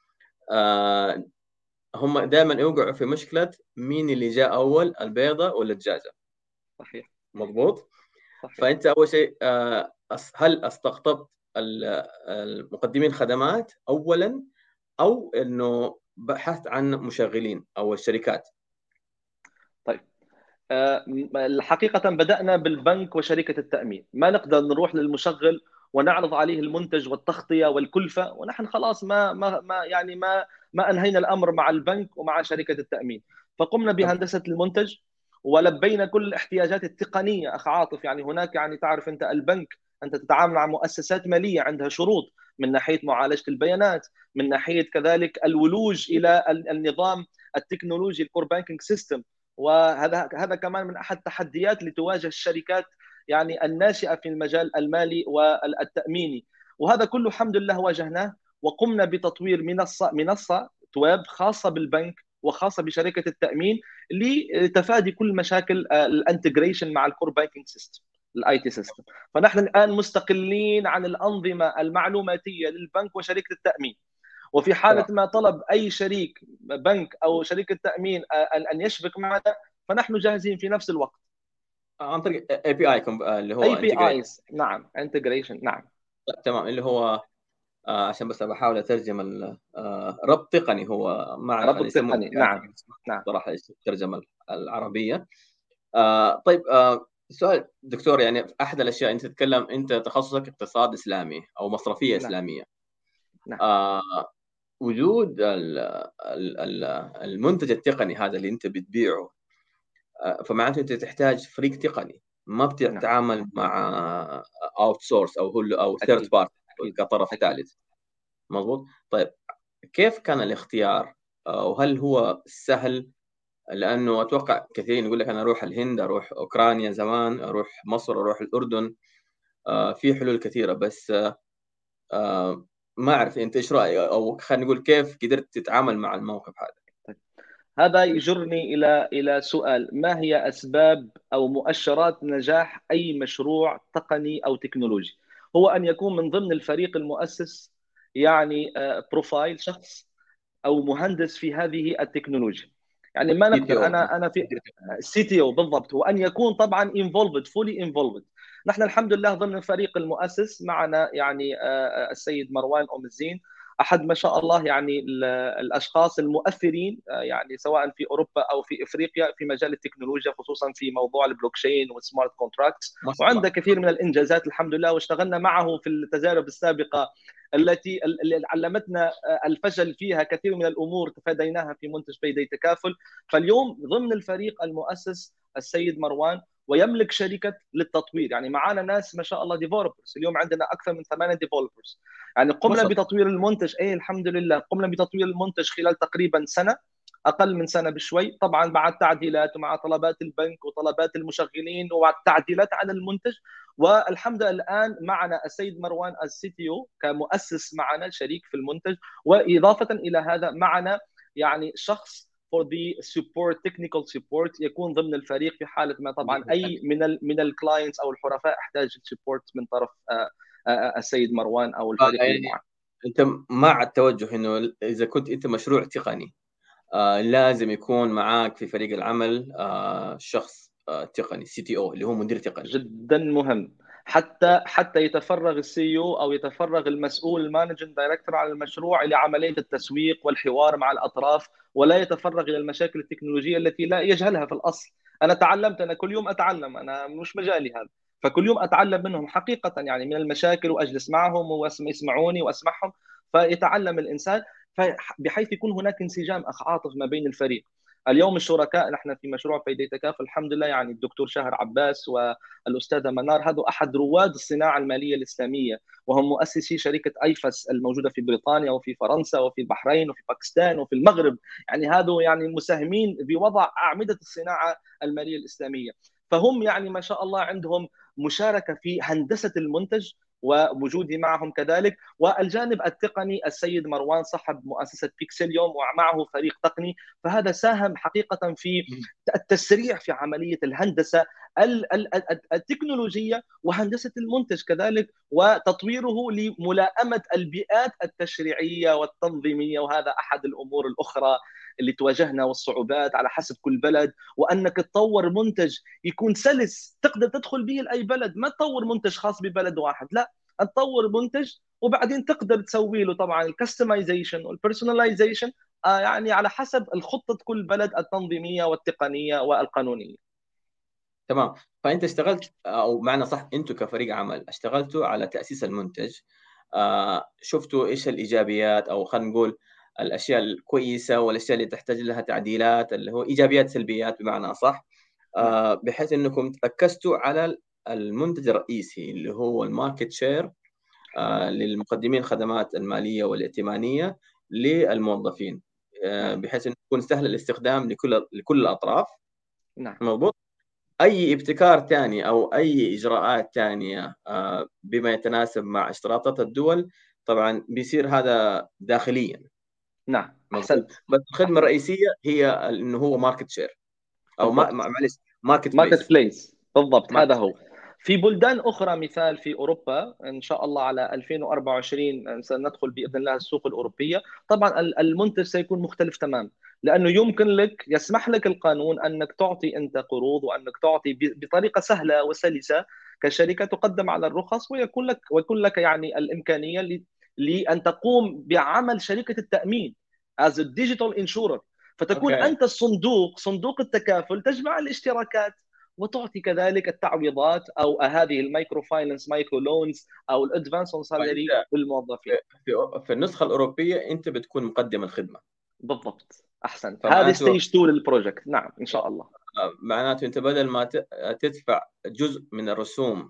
آه، هم دائما يوقعوا في مشكله مين اللي جاء اول، البيضه ولا الدجاجه؟ صحيح. مضبوط. صحيح. فانت اول شيء آه، أس- هل استقطبت ال- المقدمين خدمات اولا، او انه بحثت عن مشغلين او الشركات؟ طيب، آه، حقيقة بدأنا بالبنك وشركة التأمين، ما نقدر نروح للمشغل ونعرض عليه المنتج والتغطية والكلفة ونحن خلاص ما ما ما يعني ما ما أنهينا الأمر مع البنك ومع شركة التأمين. فقمنا طب بهندسة المنتج ولبينا كل الاحتياجات التقنية. أخ عاطف، يعني هناك يعني تعرف أنت البنك، أنت تتعامل مع مؤسسات مالية عندها شروط من ناحية معالجة البيانات، من ناحية كذلك الولوج إلى النظام التكنولوجي الكور بانكينج سيستم. وهذا هذا كمان من احد التحديات اللي تواجه الشركات يعني الناشئه في المجال المالي والتاميني. وهذا كله الحمد لله واجهناه، وقمنا بتطوير منصه منصه ويب خاصه بالبنك وخاصه بشركه التامين لتفادي كل مشاكل الانتجريشن مع الكور بانكينج سيستم الاي تي سيستم. فنحن الان مستقلين عن الانظمه المعلوماتيه للبنك وشركه التامين، وفي حاله تمام. ما طلب اي شريك بنك او شركه تامين ان ان يشبك معنا فنحن جاهزين في نفس الوقت. عن طريق اي بي اي اللي اي هو بي انتجريت. ايز، نعم، انتجريشن، نعم. تمام، اللي هو آه، عشان بس بحاول اترجم ال- آه، ربط تقني، هو ما اعرف انا ربط يسموه تقني، نعم. نعم. صراحه ايش الترجمه العربيه. آه، طيب آه، سؤال دكتور، يعني احد الاشياء انت تتكلم، انت تخصصك اقتصاد اسلامي او مصرفيه نعم. اسلاميه. نعم. آه، وجود ال- ال- ال- المنتج التقني هذا اللي انت بتبيعه، آه، فمعناته انت تحتاج فريق تقني، ما نعم. بتتعامل مع اوت سورس او هو او ثيرد اكيد. بارتي اكيد. كطرف اكيد. ثالث. مضبوط. طيب كيف كان الاختيار، آه، وهل هو سهل؟ لانه اتوقع كثيرين يقول لك انا اروح الهند، اروح اوكرانيا زمان، اروح مصر، اروح الاردن، آه، في حلول كثيره، بس آه، ما اعرف انت ايش رايك، او خلينا نقول كيف قدرت تتعامل مع الموقف هذا؟ طيب. هذا يجرني الى الى سؤال: ما هي اسباب او مؤشرات نجاح اي مشروع تقني او تكنولوجي؟ هو ان يكون من ضمن الفريق المؤسس يعني آه، بروفايل شخص او مهندس في هذه التكنولوجيا. يعني ما سي تي نقدر، او. انا انا في سي تي او بالضبط، وان يكون طبعا انفولفد فولي انفولفد. نحن الحمد لله ضمن الفريق المؤسس معنا يعني آه، السيد مروان ام الزين، احد ما شاء الله يعني الاشخاص المؤثرين آه، يعني سواء في اوروبا او في افريقيا في مجال التكنولوجيا، خصوصا في موضوع البلوك تشين والسمارت كونتراكتس، ما شاء الله. وعنده كثير من الانجازات الحمد لله. واشتغلنا معه في التجارب السابقه التي اللي علمتنا الفشل فيها كثير من الامور تفاديناها في منتج بيدي تكافل. فاليوم ضمن الفريق المؤسس السيد مروان، ويملك شركه للتطوير. يعني معانا ناس ما شاء الله ديفلوبرز، اليوم عندنا اكثر من ثمانيه ديفلوبرز. يعني ما قمنا شاء الله. بتطوير المنتج، اي الحمد لله قمنا بتطوير المنتج خلال تقريبا سنه، اقل من سنه بشوي، طبعا مع التعديلات ومع طلبات البنك وطلبات المشغلين والتعديلات على المنتج. والحمد لله الان معنا السيد مروان السي تي او كمؤسس معنا شريك في المنتج. واضافه الى هذا معنا يعني شخص for the support technical support يكون ضمن الفريق في حاله ما طبعا اي من ال من الكلاينتس او الحرفاء احتاج السبورت من طرف آآ آآ السيد مروان او آه، الفريق اللي يعني معه. انت مع التوجه انه اذا كنت انت مشروع تقني، آه، لازم يكون معاك في فريق العمل آه، شخص آه، تقني، سي تي او اللي هو مدير تقني. جدا مهم. حتى حتى يتفرغ السي او او يتفرغ المسؤول المانجنج دايركتور على المشروع لعمليه التسويق والحوار مع الاطراف، ولا يتفرغ الى المشاكل التكنولوجيه التي لا يجهلها في الاصل. انا تعلمت، انا كل يوم اتعلم، انا مش مجالي هذا، فكل يوم اتعلم منهم حقيقه، يعني من المشاكل، واجلس معهم ويسمعوني واسمعهم، فيتعلم الانسان، بحيث يكون هناك انسجام اخ عاطف ما بين الفريق. اليوم الشركاء نحن في مشروع بيدي تكافل الحمد لله، يعني الدكتور شاهر عباس والاستاذه منار، هذا احد رواد الصناعه الماليه الاسلاميه، وهم مؤسسي شركه ايفس الموجوده في بريطانيا وفي فرنسا وفي البحرين وفي باكستان وفي المغرب، يعني هذا يعني مساهمين بوضع اعمده الصناعه الماليه الاسلاميه. فهم يعني ما شاء الله عندهم مشاركه في هندسه المنتج، ووجودي معهم كذلك. والجانب التقني السيد مروان صاحب مؤسسه بيكسليوم ومعه فريق تقني، فهذا ساهم حقيقه في التسريع في عمليه الهندسه التكنولوجيه وهندسه المنتج كذلك، وتطويره لملائمه البيئات التشريعيه والتنظيميه، وهذا احد الامور الاخرى اللي تواجهنا والصعوبات على حسب كل بلد. وانك تطور منتج يكون سلس تقدر تدخل به لاي بلد، ما تطور منتج خاص ببلد واحد، لا، تطور منتج وبعدين تقدر تسوي له طبعا الكستمايزيشن والبيرسوناليزيشن، يعني على حسب الخطه كل بلد التنظيميه والتقنيه والقانونيه. تمام. فانت اشتغلت، او معنى صح انتم كفريق عمل اشتغلتوا على تاسيس المنتج، آه شفتوا ايش الايجابيات، او خلينا نقول الاشياء الكويسه والاشياء اللي تحتاج لها تعديلات، اللي هو ايجابيات سلبيات بمعنى صح، آه بحيث انكم ركزتوا على المنتج الرئيسي اللي هو الماركت شير آه للمقدمين الخدمات الماليه والائتمانيه للموظفين، آه بحيث انه يكون سهل الاستخدام لكل لكل الاطراف. نعم. مضبوط. اي ابتكار ثاني او اي اجراءات ثانيه آه بما يتناسب مع اشتراطات الدول طبعا بيصير هذا داخليا. نعم، مضبوط. احسنت. بس الخدمه احسنت. الرئيسيه هي انه هو ماركت شير، او ما بالضبط. معلش ماركت ماركت بليس. بليس، بالضبط ماركت هذا هو. بليس. في بلدان اخرى، مثال في اوروبا ان شاء الله على ألفين وأربعة وعشرين سندخل باذن الله السوق الاوروبيه، طبعا المنتج سيكون مختلف تماما، لانه يمكن لك، يسمح لك القانون انك تعطي انت قروض، وانك تعطي بطريقه سهله وسلسه كشركه تقدم على الرخص، ويكون لك ويكون لك يعني الامكانيه لان تقوم بعمل شركه التامين as a digital insurer، فتكون اوكي. انت الصندوق، صندوق التكافل، تجمع الاشتراكات وتعطي كذلك التعويضات، او هذه المايكرو فاينانس، مايكرو لونز، او الادفانس اون سالري فانت للموظفين. في في في النسخه الاوروبيه انت بتكون مقدم الخدمه. بالضبط، احسنت. هذه فمعناته ستيج اثنين للبروجكت. نعم ان شاء الله. آه، معناته انت بدل ما ت- تدفع جزء من الرسوم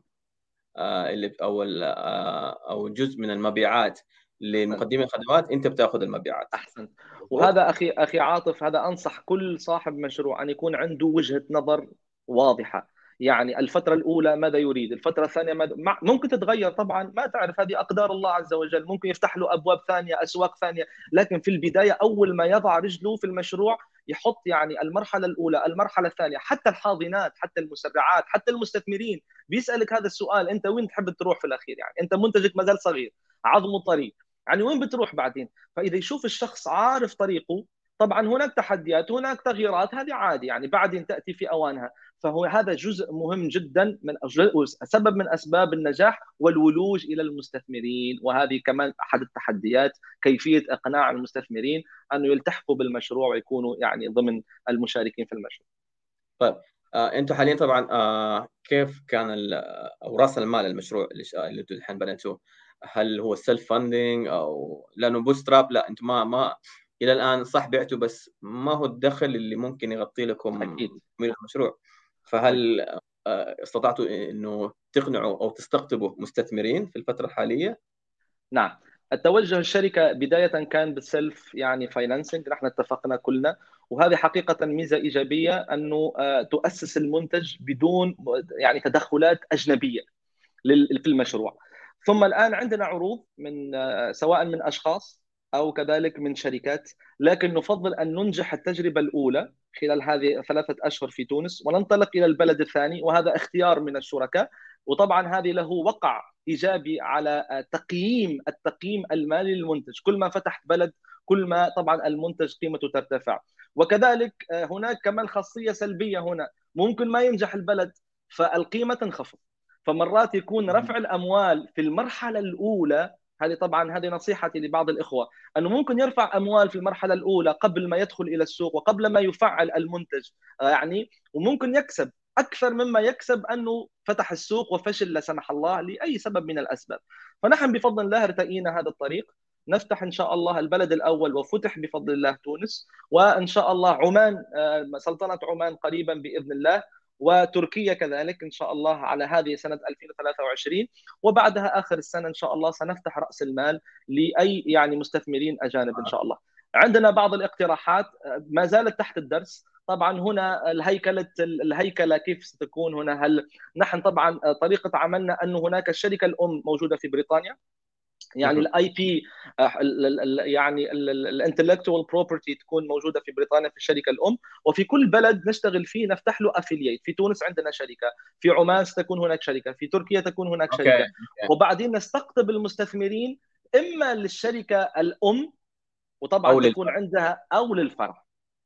آه، اللي او ال- آه، او جزء من المبيعات احسنت. لمقدمي الخدمات، انت بتاخذ المبيعات. احسنت. مضبوط. وهذا اخي اخي عاطف، هذا انصح كل صاحب مشروع ان يكون عنده وجهة نظر واضحة. يعني الفترة الأولى ماذا يريد، الفترة الثانية ماذا، ممكن تتغير طبعا، ما تعرف، هذه أقدار الله عز وجل، ممكن يفتح له أبواب ثانية، أسواق ثانية. لكن في البداية أول ما يضع رجله في المشروع يحط يعني المرحلة الأولى، المرحلة الثانية، حتى الحاضنات، حتى المسرعات، حتى المستثمرين بيسألك هذا السؤال: أنت وين تحب تروح في الأخير؟ يعني أنت منتجك ما زال صغير، عظمه طري، يعني وين بتروح بعدين؟ فاذا يشوف الشخص عارف طريقه، طبعا هناك تحديات، هناك تغييرات، هذه عادي يعني بعدين تاتي في اوانها. فهو هذا جزء مهم جدا من سبب من اسباب النجاح والولوج الى المستثمرين، وهذه كمان احد التحديات، كيفيه اقناع المستثمرين انه يلتحقوا بالمشروع ويكونوا يعني ضمن المشاركين في المشروع. طيب آه، انتم حاليا طبعا آه، كيف كان ال- او راس المال المشروع اللي ش- اللي انتم الحين بنيتوه؟ هل هو سيلف فاندنج او لانه بوستراب؟ لا انتم ما ما الى الان صح بعتوا، بس ما هو الدخل اللي ممكن يغطي لكم اكيد. من المشروع. طيب. فهل آه، استطعتوا انه تقنعوا او تستقطبوا مستثمرين في الفتره الحاليه؟ نعم. التوجه الشركه بدايه كان بالسيلف يعني فاينانسنج، نحن اتفقنا كلنا، وهذه حقيقه ميزه ايجابيه انه آه، تؤسس المنتج بدون يعني تدخلات اجنبيه لل- في المشروع. ثم الان عندنا عروض من آه، سواء من اشخاص او كذلك من شركات، لكن نفضل ان ننجح التجربه الاولى خلال هذه ثلاثه اشهر في تونس، وننطلق الى البلد الثاني، وهذا اختيار من الشركاء. وطبعا هذه له وقع ايجابي على آه، تقييم التقييم المالي للمنتج، كل ما فتحت بلد كل ما طبعا المنتج قيمته ترتفع. وكذلك آه، هناك كمان خاصيه سلبيه هنا، ممكن ما ينجح البلد فالقيمه تنخفض. فمرات يكون رفع الاموال في المرحله الاولى، هذه طبعا هذه نصيحتي لبعض الاخوه، انه ممكن يرفع اموال في المرحله الاولى قبل ما يدخل الى السوق وقبل ما يفعل المنتج، آه، يعني وممكن يكسب اكثر مما يكسب انه فتح السوق وفشل لا سمح الله لاي سبب من الاسباب. فنحن بفضل الله ارتئينا هذا الطريق، نفتح ان شاء الله البلد الاول وفتح بفضل الله تونس، وان شاء الله عمان، آه، سلطنه عمان قريبا باذن الله، وتركيا كذلك ان شاء الله على هذه سنه ألفين وثلاثة وعشرين، وبعدها اخر السنه ان شاء الله سنفتح راس المال لاي يعني مستثمرين اجانب ان شاء الله. عندنا بعض الاقتراحات ما زالت تحت الدرس. طبعا هنا الهيكله الهيكله كيف ستكون هنا؟ هل نحن طبعا طريقه عملنا انه هناك الشركه الام موجوده في بريطانيا، يعني الاي بي، يعني الانتلكتوال بروبرتي تكون موجوده في بريطانيا في الشركه الام، وفي كل بلد نشتغل فيه نفتح له افيليت. في تونس عندنا شركه، في عمان ستكون هناك شركه، في تركيا تكون هناك اوكي شركه، اوكي وبعدين نستقطب المستثمرين اما للشركه الام وطبعا او تكون للفرق. عندها، او للفرع.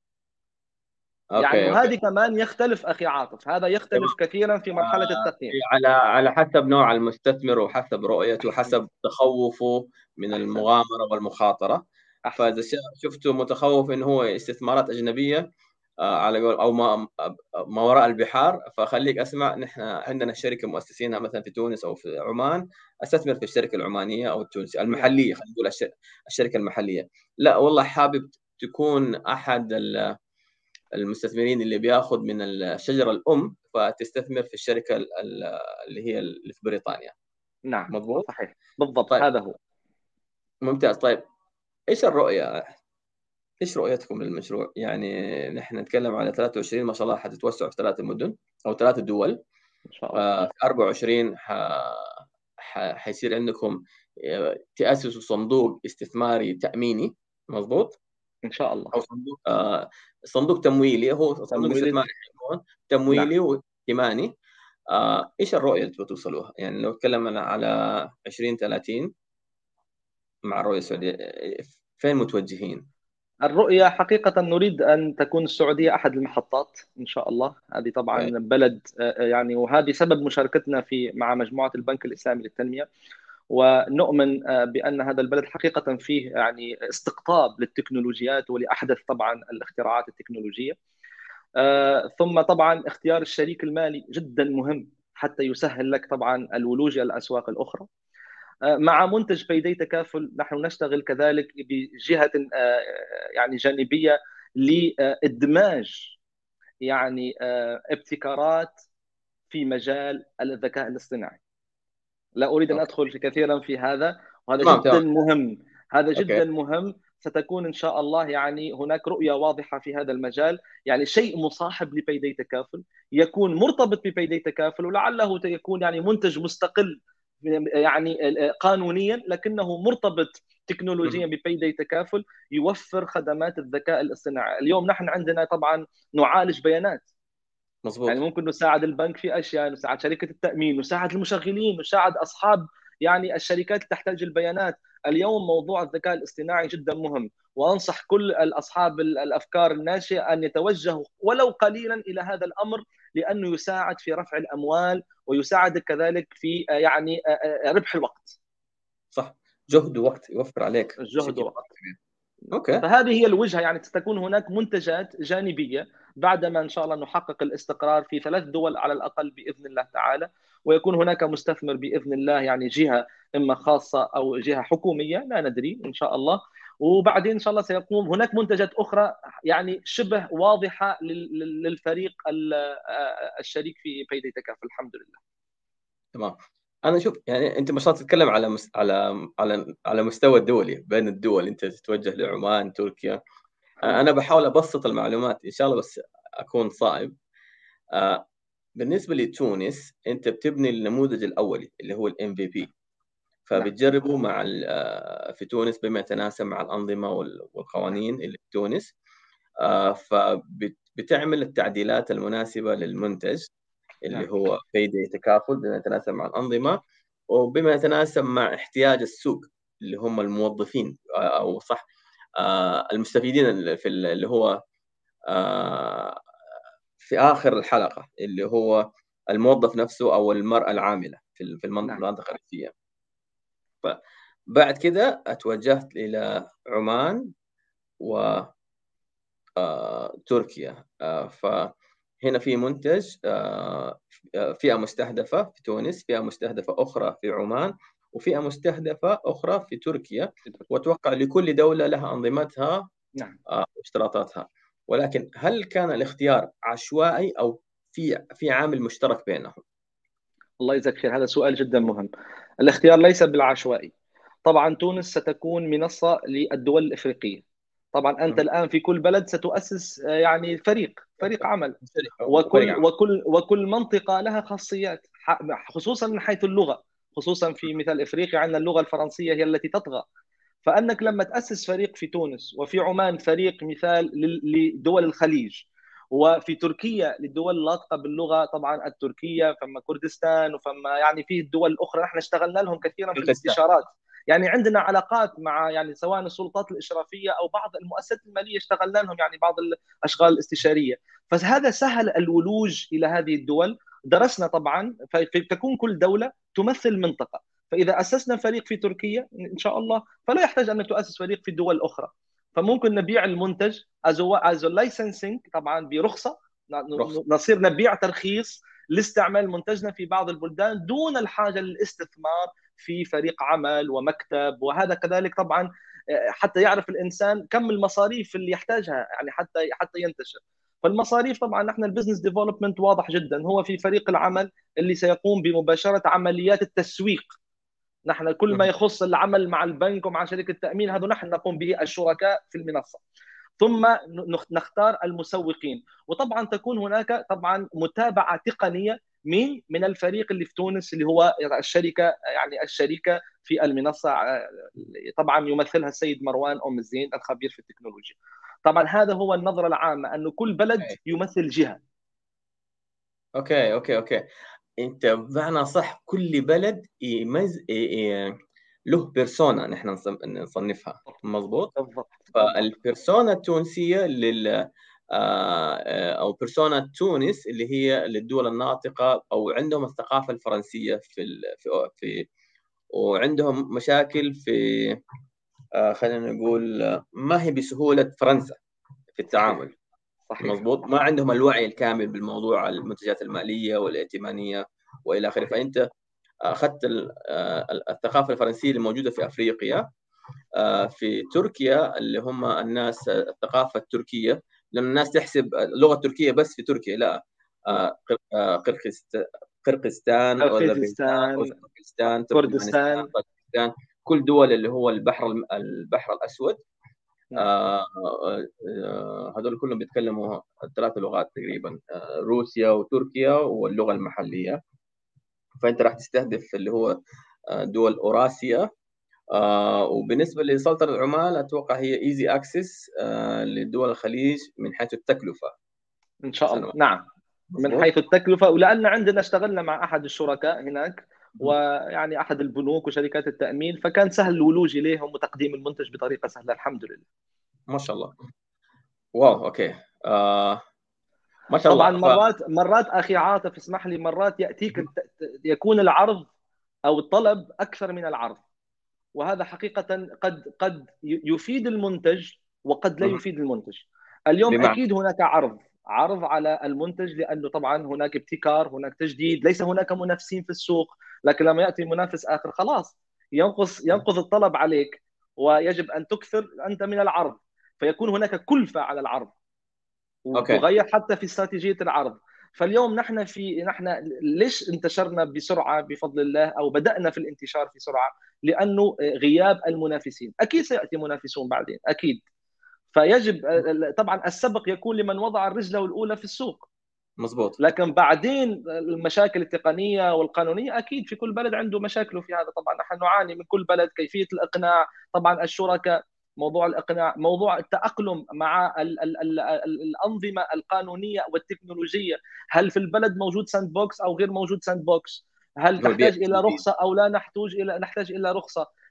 يعني اوكي اوكي وهذه كمان يختلف اخي عاطف، هذا يختلف تمام. كثيرا في مرحله آه، التقييم. على على حسب نوع المستثمر وحسب رؤيته وحسب تخوفه من احسنت المغامرة والمخاطرة. احسنت فإذا ش- شفته متخوف إنه هو استثمارات أجنبية، آه، على قول أو ما ما وراء البحار، فخليك أسمع. نحن عندنا شركة مؤسسينها مثلا في تونس أو في عمان، أستثمر في الشركة العمانية أو التونسية نعم المحلية، خلينا نقول الش- الشركة المحلية. لا والله حابب تكون أحد ال المستثمرين اللي بياخذ من الشجره الام، فتستثمر في الشركه اللي هي اللي في بريطانيا. نعم مضبوط. صحيح بالضبط طيب هذا هو. ممتاز. طيب ايش الرؤيه؟ ايش رؤيتكم للمشروع؟ يعني نحن نتكلم على ثلاثة وعشرين ما شاء الله حتتوسعوا في ثلاث مدن او ثلاث دول. ان شاء الله آه، في أربعة وعشرين ح... ح... حيصير عندكم آه، تأسسوا صندوق استثماري تأميني. مضبوط. ان شاء الله. او صندوق آه، صندوق تمويلي، هو صندوق تمويل. استثماري حيكون نعم. تمويلي وائتماني. آه، ايش الرؤيه اللي توصلوها؟ يعني لو تكلمنا على عشرين ثلاثين مع الرؤيه السعوديه، فين متوجهين؟ الرؤية حقيقة نريد أن تكون السعودية أحد المحطات إن شاء الله. هذه طبعا اوكي. بلد، آه، يعني وهذه سبب مشاركتنا في مع مجموعة البنك الإسلامي للتنمية، ونؤمن آه، بأن هذا البلد حقيقة فيه يعني استقطاب للتكنولوجيات ولأحدث طبعا الاختراعات التكنولوجية. آه، ثم طبعا اختيار الشريك المالي جدا مهم حتى يسهل لك طبعا الولوج إلى الأسواق الأخرى. مع منتج بيدي تكافل نحن نشتغل كذلك بجهة آه، يعني جانبية لإدماج يعني آه، ابتكارات في مجال الذكاء الاصطناعي. لا أريد أن اوكي أدخل في كثيرا في هذا، وهذا تمام جدا تمام. مهم. هذا اوكي جدا مهم. ستكون إن شاء الله يعني هناك رؤية واضحة في هذا المجال، يعني شيء مصاحب لبيدي تكافل، يكون مرتبط ببيدي تكافل، ولعله يكون يعني منتج مستقل يعني قانونيا، لكنه مرتبط تكنولوجيا مهم. ببيدي تكافل، يوفر خدمات الذكاء الاصطناعي. اليوم نحن عندنا طبعا نعالج بيانات، يعني مظبوط. ممكن نساعد البنك في اشياء، نساعد شركه التامين، نساعد المشغلين، نساعد اصحاب يعني الشركات اللي تحتاج البيانات. اليوم موضوع الذكاء الاصطناعي جدا مهم، وانصح كل اصحاب الافكار الناشئه ان يتوجهوا ولو قليلا الى هذا الامر، لانه يساعد في رفع الاموال ويساعدك كذلك في يعني ربح الوقت. صح. جهد ووقت يوفر عليك الجهد بشكل وقت. مرة كبير. اوكي. فهذه هي الوجهه، يعني ستكون هناك منتجات جانبيه بعدما ان شاء الله نحقق الاستقرار في ثلاث دول على الاقل باذن الله تعالى، ويكون هناك مستثمر باذن الله، يعني جهه اما خاصه او جهه حكوميه لا ندري ان شاء الله. وبعدين ان شاء الله سيقوم هناك منتجات اخرى يعني شبه واضحه للفريق الشريك في بيدي تكافل الحمد لله. تمام. انا شوف، يعني انت ما شاء الله تتكلم على مس... على على على مستوى الدولي بين الدول، انت تتوجه لعمان تركيا. الحمد انا لله. بحاول ابسط المعلومات ان شاء الله بس اكون صائب. آه، بالنسبه لتونس انت بتبني النموذج الاولي اللي هو الام في بي، نعم فبتجربه مع ال- آه، في تونس بما يتناسب مع الانظمه وال- نعم والقوانين اللي في تونس. آه، فبتعمل التعديلات المناسبه للمنتج اللي نعم هو بيدي تكافل بما يتناسب مع الانظمه وبما يتناسب مع احتياج السوق اللي هم الموظفين، آه، او صح، آه، المستفيدين في اللي هو آه، في آخر الحلقة اللي هو الموظف نفسه او المراه العامله في في نعم. المنطقه الريفيه. فبعد كده اتوجهت الى عمان و آه، تركيا. آه، فهنا في منتج، آه، فئة مستهدفة في تونس، فئة مستهدفة أخرى في عمان، وفئة مستهدفة أخرى في تركيا. وأتوقع لكل دولة لها أنظمتها نعم. آه، واشتراطاتها. ولكن هل كان الاختيار عشوائي أو في في عامل مشترك بينهم؟ الله يجزاك خير، هذا سؤال جدا مهم. الاختيار ليس بالعشوائي. طبعا تونس ستكون منصة للدول الإفريقية. طبعا أنت مم. الآن في كل بلد ستؤسس آه، يعني فريق فريق عمل، شركة وفريق وكل عمل. وكل وكل منطقة لها خاصيات، خصوصا من حيث اللغة. خصوصا في مثال إفريقيا عندنا اللغة الفرنسية هي التي تطغى. فانك لما تاسس فريق في تونس، وفي عمان فريق مثال لدول الخليج، وفي تركيا للدول اللاطقه باللغه طبعا التركيه، فما كردستان، وفما يعني في الدول الاخرى نحن اشتغلنا لهم كثيرا في قرقستان. الاستشارات. يعني عندنا علاقات مع يعني سواء السلطات الاشرافيه او بعض المؤسسات الماليه اشتغلنا لهم يعني بعض الاشغال الاستشاريه. فهذا سهل الولوج الى هذه الدول. درسنا طبعا، فتكون كل دوله تمثل منطقه. فاذا اسسنا فريق في تركيا ان شاء الله فلا يحتاج انك تؤسس فريق في الدول الاخرى. فممكن نبيع المنتج از لايسنسنج طبعا برخصه، رخصة. نصير نبيع ترخيص لاستعمال منتجنا في بعض البلدان دون الحاجه للاستثمار في فريق عمل ومكتب. وهذا كذلك طبعا حتى يعرف الانسان كم المصاريف اللي يحتاجها يعني حتى حتى ينتشر. فالمصاريف طبعا نحن البزنس ديفلوبمنت واضح جدا هو في فريق العمل اللي سيقوم بمباشره عمليات التسويق. نحن كل ما مم. يخص العمل مع البنك ومع شركه التامين هذا نحن نقوم به الشركاء في المنصه. ثم نختار المسوقين، وطبعا تكون هناك طبعا متابعه تقنيه من من الفريق اللي في تونس اللي هو الشركه يعني الشركه في المنصه. طبعا يمثلها السيد مروان ام الزين الخبير في التكنولوجيا. طبعا هذا هو النظره العامه انه كل بلد يمثل جهه. اوكي اوكي اوكي. انت بمعنى صح كل بلد يمز... له بيرسونا نحن نصنفها مضبوط. بالضبط بالضبط. فالبيرسونا التونسيه لل آه، آه، او بيرسونا تونس اللي هي للدول الناطقه او عندهم الثقافه الفرنسيه في ال... في في وعندهم مشاكل في آه، خلينا نقول آه، ما هي بسهوله فرنسا في صحيح التعامل. صحيح. مضبوط، ما عندهم الوعي الكامل بالموضوع المنتجات الماليه والائتمانيه والى اخره. صحيح. فانت اخذت الثقافه الفرنسيه اللي موجوده في افريقيا في تركيا اللي هم الناس الثقافه التركيه، لان الناس تحسب اللغه التركيه بس في تركيا، لا. قرقستان، اذربيجان، كازاخستان، اوزبكستان، تركمانستان، كردستان. طاجكستان، كل دول اللي هو البحر البحر الاسود. نعم. آه، آه، هذول كلهم بيتكلموا ثلاث لغات تقريبا، آه، روسيا وتركيا واللغة المحلية. فأنت راح تستهدف اللي هو آه، دول أوراسيا. آه، وبالنسبة لسلطنة عمان أتوقع هي ايزي اكسس لدول الخليج من حيث التكلفة. ان شاء حسن الله ما نعم. من مظبوط. حيث التكلفه، ولان عندنا اشتغلنا مع احد الشركاء هناك، ويعني احد البنوك وشركات التامين، فكان سهل الولوج اليهم وتقديم المنتج بطريقه سهله الحمد لله. ما شاء الله. واو اوكي. آه ما شاء طبعا الله. ف مرات مرات اخي عاطف اسمح لي، مرات ياتيك الت- يكون العرض او الطلب اكثر من العرض، وهذا حقيقة قد قد يفيد المنتج وقد لا يفيد المنتج. اليوم بمعنى. أكيد هناك عرض عرض على المنتج، لأنه طبعا هناك ابتكار، هناك تجديد، ليس هناك منافسين في السوق. لكن لما يأتي منافس آخر خلاص ينقص ينقص الطلب عليك، ويجب أن تكثر أنت من العرض، فيكون هناك كلفة على العرض، اوكي. وتغير حتى في استراتيجيه العرض. فاليوم نحن في نحن ليش انتشرنا بسرعه بفضل الله، او بدانا في الانتشار في سرعه؟ لانه غياب المنافسين. اكيد سياتي منافسون بعدين اكيد، فيجب طبعا السبق يكون لمن وضع رجله الاولى في السوق. مظبوط. لكن بعدين المشاكل التقنيه والقانونيه اكيد في كل بلد عنده مشاكله في هذا. طبعا نحن نعاني من كل بلد كيفيه الاقناع طبعا الشركاء، موضوع الاقناع، موضوع التاقلم مع ال ال ال ال الانظمه القانونيه والتكنولوجيه. هل في البلد موجود ساند بوكس او غير موجود ساند بوكس؟ هل هو البيئة تحتاج الى التنفيذية. رخصه او لا نحتاج الى نحتاج الى رخصه؟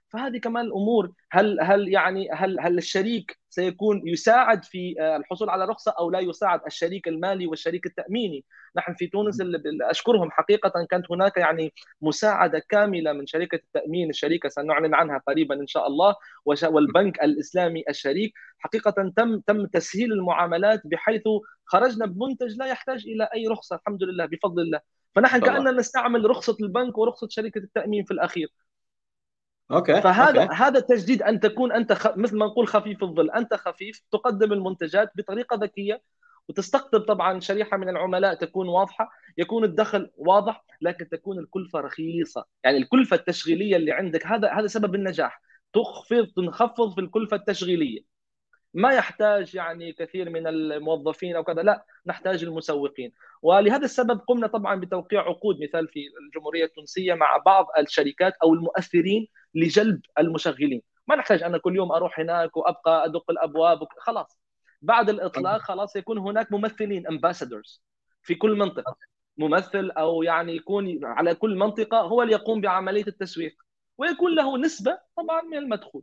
فهذه كمان الامور، هل هل يعني هل هل الشريك سيكون يساعد في الحصول على رخصه او لا يساعد؟ الشريك المالي والشريك التاميني. نحن في تونس اشكرهم حقيقه، كانت هناك يعني مساعده كامله من شركه التامين، الشركه سنعلن عنها قريبا ان شاء الله، والبنك الاسلامي الشريك. حقيقه تم تم تسهيل المعاملات بحيث خرجنا بمنتج لا يحتاج الى اي رخصه الحمد لله بفضل الله. فنحن الله. كاننا نستعمل رخصه البنك ورخصه شركه التامين في الاخير. اوكي فهذا اوكي. هذا التجديد، ان تكون انت خ... مثل ما نقول خفيف الظل، انت خفيف تقدم المنتجات بطريقه ذكيه، وتستقطب طبعا شريحه من العملاء تكون واضحه، يكون الدخل واضح، لكن تكون الكلفه رخيصه. يعني الكلفه التشغيليه اللي عندك، هذا هذا سبب النجاح، تخفض تنخفض في الكلفه التشغيليه. ما يحتاج يعني كثير من الموظفين او كذا، لا نحتاج المسوقين. ولهذا السبب قمنا طبعا بتوقيع عقود، مثال في الجمهوريه التونسيه، مع بعض الشركات او المؤثرين لجلب المشغلين. ما نحتاج انا كل يوم اروح هناك وابقى ادق الابواب وك... خلاص. بعد الاطلاق خلاص يكون هناك ممثلين امباسادورز في كل منطقه، ممثل او يعني يكون على كل منطقه هو اللي يقوم بعمليه التسويق، ويكون له نسبه طبعا من المدخول.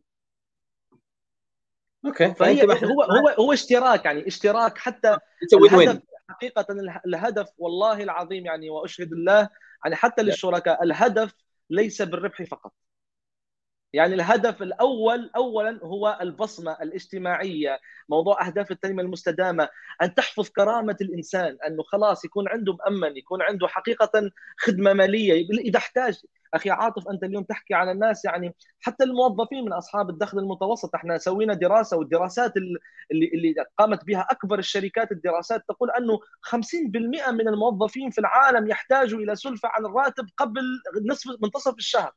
اوكي، فانت فهي ما هو هو هو اشتراك، يعني اشتراك حتى. تسوي وين الهدف وين. حقيقة، الهدف والله العظيم يعني وأشهد الله، يعني حتى للشركاء الهدف ليس بالربح فقط. يعني الهدف الأول أولا هو البصمة الاجتماعية. موضوع أهداف التنمية المستدامة، أن تحفظ كرامة الإنسان، أنه خلاص يكون عنده مأمن، يكون عنده حقيقة خدمة مالية إذا احتاج. أخي عاطف، أنت اليوم تحكي على الناس، يعني حتى الموظفين من أصحاب الدخل المتوسط، احنا سوينا دراسة، والدراسات اللي, اللي قامت بها أكبر الشركات، الدراسات تقول أنه خمسين بالمئة من الموظفين في العالم يحتاجوا إلى سلفة عن الراتب قبل نصف منتصف الشهر.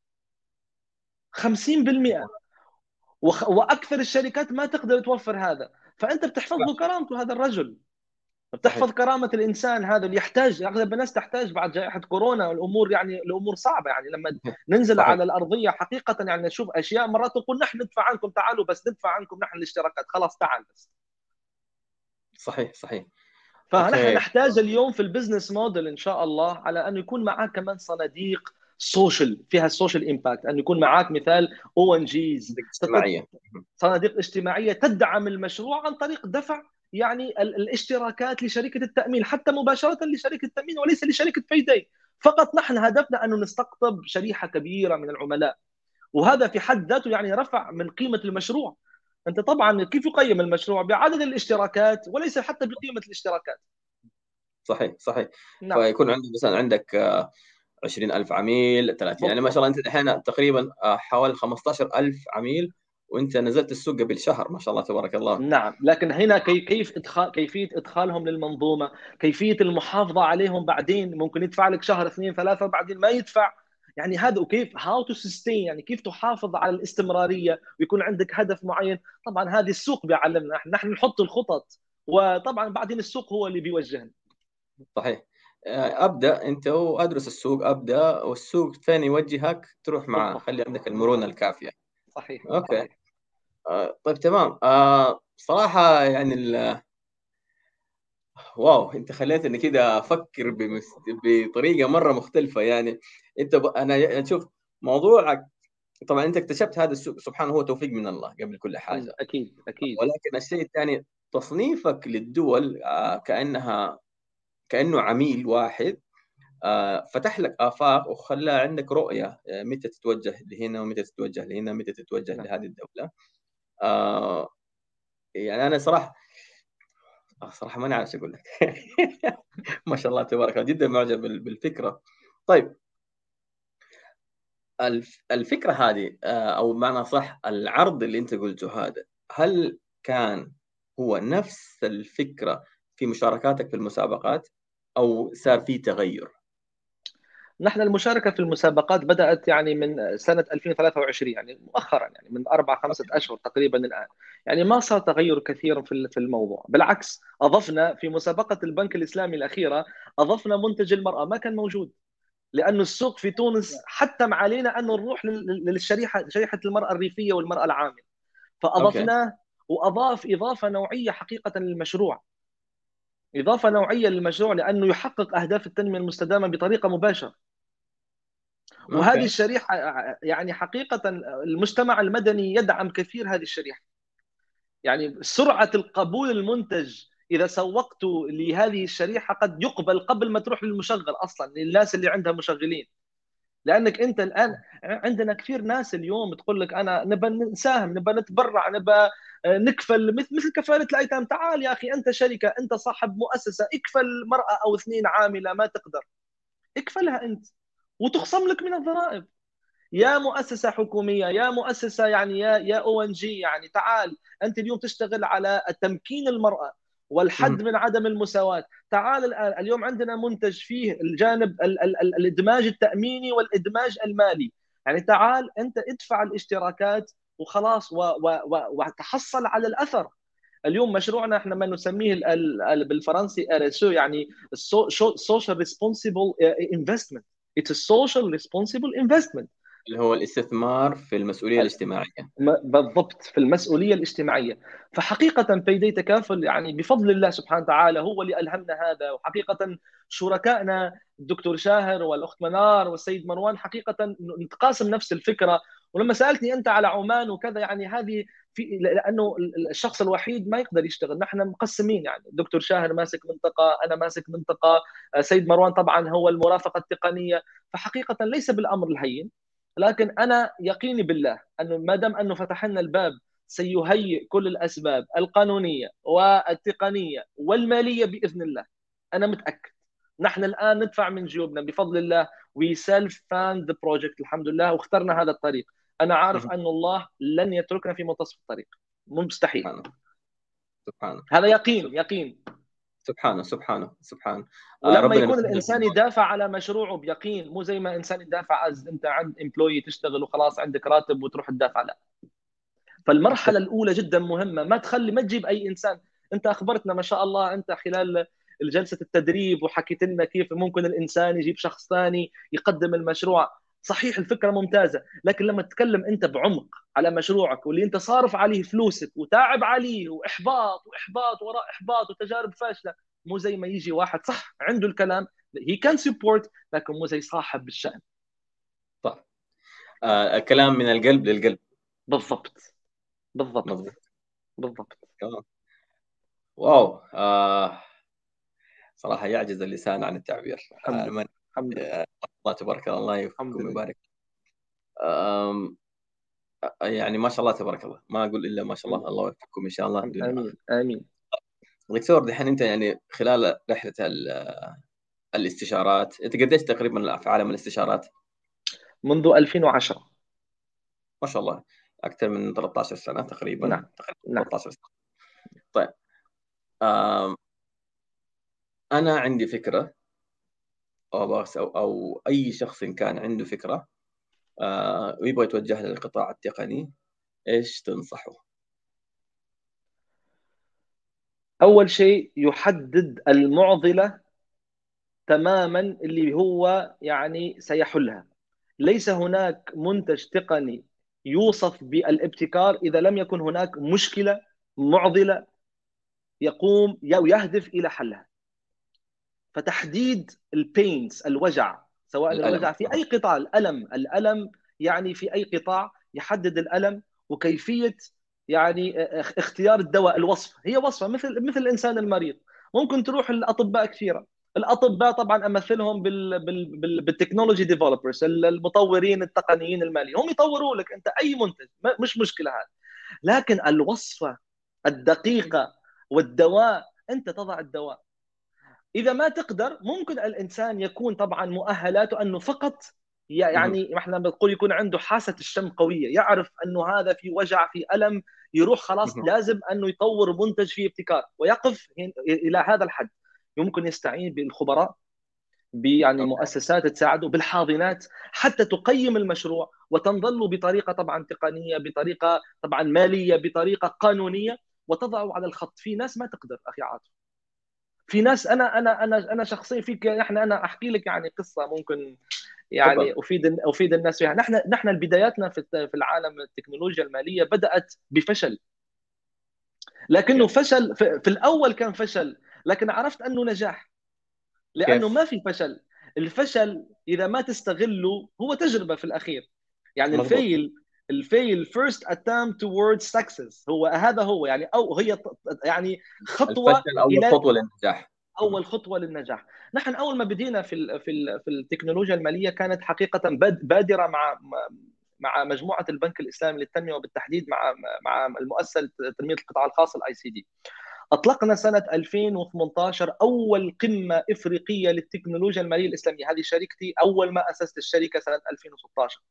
خمسين بالمئة. وخ... واكثر الشركات ما تقدر توفر هذا. فانت بتحفظ له كرامته هذا الرجل، بتحفظ صحيح كرامه الانسان هذا اللي يحتاج. اغلب الناس تحتاج بعد جائحه كورونا والامور، يعني الامور صعبه، يعني لما ننزل صحيح على الارضيه حقيقه يعني نشوف اشياء مرات نقول نحن ندفع عنكم، تعالوا بس ندفع عنكم نحن الاشتراكات، خلاص تعال بس. صحيح صحيح. فنحن اوكي. نحتاج اليوم في البزنس موديل ان شاء الله على انه يكون معك كمان صناديق سوشيال فيها السوشيال امباكت، ان يكون معك مثال او ان جيز، اجتماعيه. صناديق اجتماعيه تدعم المشروع عن طريق دفع يعني الاشتراكات لشركه التامين، حتى مباشره لشركه التامين وليس لشركه بايداي. فقط نحن هدفنا انه نستقطب شريحه كبيره من العملاء، وهذا في حد ذاته يعني رفع من قيمه المشروع. انت طبعا كيف يقيم المشروع؟ بعدد الاشتراكات وليس حتى بقيمه الاشتراكات. صحيح صحيح. نعم فيكون عندك مثلا عندك آه، عشرين ألف عميل، ثلاثين، يعني ما شاء بالضبط. الله انت الحين تقريبا آه، حوالي خمسة عشر ألف عميل، وانت نزلت السوق قبل شهر، ما شاء الله تبارك الله. نعم، لكن هنا كي كيف ادخال كيفيه ادخالهم للمنظومه، كيفيه المحافظه عليهم بعدين، ممكن يدفع لك شهر اثنين ثلاثه بعدين ما يدفع. يعني هذا، وكيف هاو تو سستين، يعني كيف تحافظ على الاستمراريه ويكون عندك هدف معين. طبعا هذه السوق بيعلمنا، نحن نحن نحط الخطط، وطبعا بعدين السوق هو اللي بيوجهنا. صحيح. آه، ابدا انت وادرس السوق، ابدا والسوق ثاني يوجهك تروح معاه، بالضبط خلي عندك المرونه بالضبط. الكافيه. صحيح اوكي. صحيح. آه، طيب تمام. آه، صراحه يعني ال... واو، انت خليتني كده افكر بمس... بطريقه مره مختلفه يعني. انت ب... انا يعني شوف موضوعك، طبعا انت اكتشفت هذا السوق، سبحان هو توفيق من الله قبل كل الحمد، حاجه. اكيد اكيد. ولكن الشيء الثاني، تصنيفك للدول آه، كانها كانه عميل واحد، آه، فتح لك آفاق وخلى عندك رؤية، آه، متى تتوجه لهنا ومتى تتوجه لهنا، متى تتوجه نعم. لهذه الدولة. آه، يعني أنا صراحة آه، صراحة ماني عارف أقول لك. ما شاء الله تبارك الله، جدا معجب بال- بالفكرة. طيب الف- الفكرة هذه آه، أو بمعنى صح العرض اللي أنت قلته هذا، هل كان هو نفس الفكرة في مشاركاتك في المسابقات أو صار في تغير؟ نحن المشاركة في المسابقات بدأت يعني من سنة ألفين وثلاثة وعشرين، يعني مؤخرا، يعني من أربع خمسة أشهر تقريبا الآن. يعني ما صار تغير كثير في في الموضوع، بالعكس أضفنا في مسابقة البنك الإسلامي الأخيرة، أضفنا منتج المرأة ما كان موجود، لأنه السوق في تونس حتم علينا أن نروح لل- للشريحة، شريحة المرأة الريفية والمرأة العاملة، أوكي. فأضفناه. وأضاف إضافة نوعية حقيقة للمشروع، إضافة نوعية للمشروع، لأنه يحقق أهداف التنمية المستدامة بطريقة مباشرة. وهذه اوكي. الشريحه يعني حقيقه المجتمع المدني يدعم كثير هذه الشريحه. يعني سرعه القبول المنتج اذا سوقت لهذه الشريحه قد يقبل قبل ما تروح للمشغل اصلا، للناس اللي عندها مشغلين. لانك انت الان عندنا كثير ناس اليوم تقول لك انا نبى نساهم، نبى نتبرع، نبى نكفل، مثل مثل كفاله الايتام. تعال يا اخي، انت شركه، انت صاحب مؤسسه، اكفل مراه او اثنين عامله ما تقدر، اكفلها انت وتخصم لك من الضرائب. يا مؤسسه حكوميه، يا مؤسسه يعني يا يا او ان جي، يعني تعال انت اليوم تشتغل على تمكين المراه والحد مهم. من عدم المساواه. تعال الان، اليوم عندنا منتج فيه الجانب ال ال ال الادماج التاميني والادماج المالي. يعني تعال انت ادفع الاشتراكات وخلاص، و- و- و- وتحصل على الاثر. اليوم مشروعنا احنا ما نسميه ال- ال- ال- بالفرنسي ار اس او، يعني سوشيال ريسبونسبل انفستمنت. اتس سوشيال ريسبونسبل انفستمنت. اللي هو الاستثمار في المسؤوليه الاجتماعيه. بالضبط، في المسؤوليه الاجتماعيه. فحقيقه بيدي تكافل يعني بفضل الله سبحانه وتعالى هو اللي الهمنا هذا. وحقيقه شركائنا الدكتور شاهر والاخت منار والسيد مروان حقيقه نتقاسم نفس الفكره. ولما سالتني انت على عمان وكذا، يعني هذه في، لانه الشخص الوحيد ما يقدر يشتغل، نحن مقسمين. يعني الدكتور شاهر ماسك منطقه، انا ماسك منطقه، سيد مروان طبعا هو المرافقه التقنيه. فحقيقه ليس بالامر الهين، لكن انا يقيني بالله انه ما دام انه فتح لنا الباب سيهيئ كل الاسباب القانونيه والتقنيه والماليه باذن الله. انا متاكد. نحن الان ندفع من جيوبنا بفضل الله. وي سيلف فاند ذا بروجكت الحمد لله، واخترنا هذا الطريق. انا عارف مهم. ان الله لن يتركنا في منتصف الطريق، مستحيل. سبحانه. سبحانه. هذا يقين يقين. سبحانه. سبحانه. سبحانه. آه ولما ربنا يكون بيخليك الانسان والله. يدافع على مشروعه بيقين، مو زي ما انسان يدافع از انت عند امبلوي تشتغل وخلاص عندك راتب وتروح تدافع. لا، فالمرحله اتفق. الاولى جدا مهمه. ما تخلي، ما تجيب اي انسان. انت اخبرتنا ما شاء الله انت خلال الجلسه التدريب وحكيت لنا كيف ممكن الانسان يجيب شخص ثاني يقدم المشروع. صحيح الفكره ممتازه، لكن لما تتكلم انت بعمق على مشروعك واللي انت صارف عليه فلوسك وتعب عليه، واحباط واحباط وراء احباط وتجارب فاشله، مو زي ما يجي واحد صح عنده الكلام، هي كان سبورت، لكن مو زي صاحب بالشأن. صح. آه الكلام من القلب للقلب. بالضبط. بالضبط. مظبوط. بالضبط. تمام. واو. آه صراحة يعجز اللسان عن التعبير. الحمد آه لله. من الحمد لله. آه الله تبارك الله، الله الحمد يوفقكم لله. ويبارك. آم، آه، يعني ما شاء الله تبارك الله، ما أقول إلا ما شاء الله. الله يوفقكم إن شاء الله دنيا امين وآخرة. امين. دكتور، دحين أنت يعني خلال رحلة ال- الاستشارات، أنت قديش تقريبا في عالم الاستشارات؟ منذ ألفين وعشرة. ما شاء الله، أكثر من ثلاثة عشر سنة تقريبا، نعم. تقريبا نعم. ثلاثة عشر سنة. طيب. آم، أنا عندي فكرة، أو بس- أو أو أي شخص إن كان عنده فكرة آه، ويبغى يتوجه للقطاع التقني، إيش تنصحه؟ اول شيء يحدد المعضله تماما اللي هو يعني سيحلها. ليس هناك منتج تقني يوصف بالابتكار اذا لم يكن هناك مشكله معضله يقوم او يهدف الى حلها. فتحديد البينز، الوجع، سواء الألم. الوجع في اي قطاع، الالم الالم يعني في اي قطاع، يحدد الالم وكيفيه يعني اختيار الدواء. الوصفه هي وصفه مثل مثل الانسان المريض. ممكن تروح لاطباء كثيره. الاطباء طبعا امثلهم بال بال بال بالتكنولوجي ديفلوبرز، المطورين التقنيين الماليين، هم يطوروا لك انت اي منتج، مش مشكله هذا. لكن الوصفه الدقيقه والدواء، انت تضع الدواء. اذا ما تقدر، ممكن الانسان يكون طبعا مؤهلاته انه فقط مهم. يعني احنا بنقول يكون عنده حاسه الشم قويه، يعرف انه هذا في وجع في الم، يروح خلاص مهم. لازم انه يطور منتج فيه ابتكار ويقف الى هذا الحد. يمكن يستعين بالخبراء، يعني أوكي. مؤسسات تساعده، بالحاضنات، حتى تقيم المشروع وتنظر له بطريقه طبعا تقنيه، بطريقه طبعا ماليه، بطريقه قانونيه، وتضعه على الخط. في ناس ما تقدر اخي عاطف. في ناس، انا انا انا انا شخصيا فيك، نحن انا احكي لك يعني قصه ممكن يعني تفضل. افيد افيد الناس فيها. نحن نحن بداياتنا في في العالم التكنولوجيا الماليه بدات بفشل، لكنه يا. فشل في, في الاول كان فشل، لكن عرفت انه نجاح. لانه كيف؟ ما في فشل. الفشل اذا ما تستغله هو تجربه في الاخير. يعني مضبوط. الفيل الفيل first attempt towards success، هو هذا هو يعني، او هي يعني خطوه الفشل أول الى خطوة للنجاح. اول خطوه للنجاح. نحن اول ما بدينا في ال في ال في التكنولوجيا الماليه كانت حقيقه بادره مع مع مجموعه البنك الاسلامي للتنميه، وبالتحديد مع مع المؤسسه لتنميه القطاع الخاص الاي سي دي. اطلقنا سنه ألفين وثمانية عشر اول قمه افريقيه للتكنولوجيا الماليه الاسلاميه، هذه شركتي اول ما اسست الشركه سنه ألفين وستة عشر.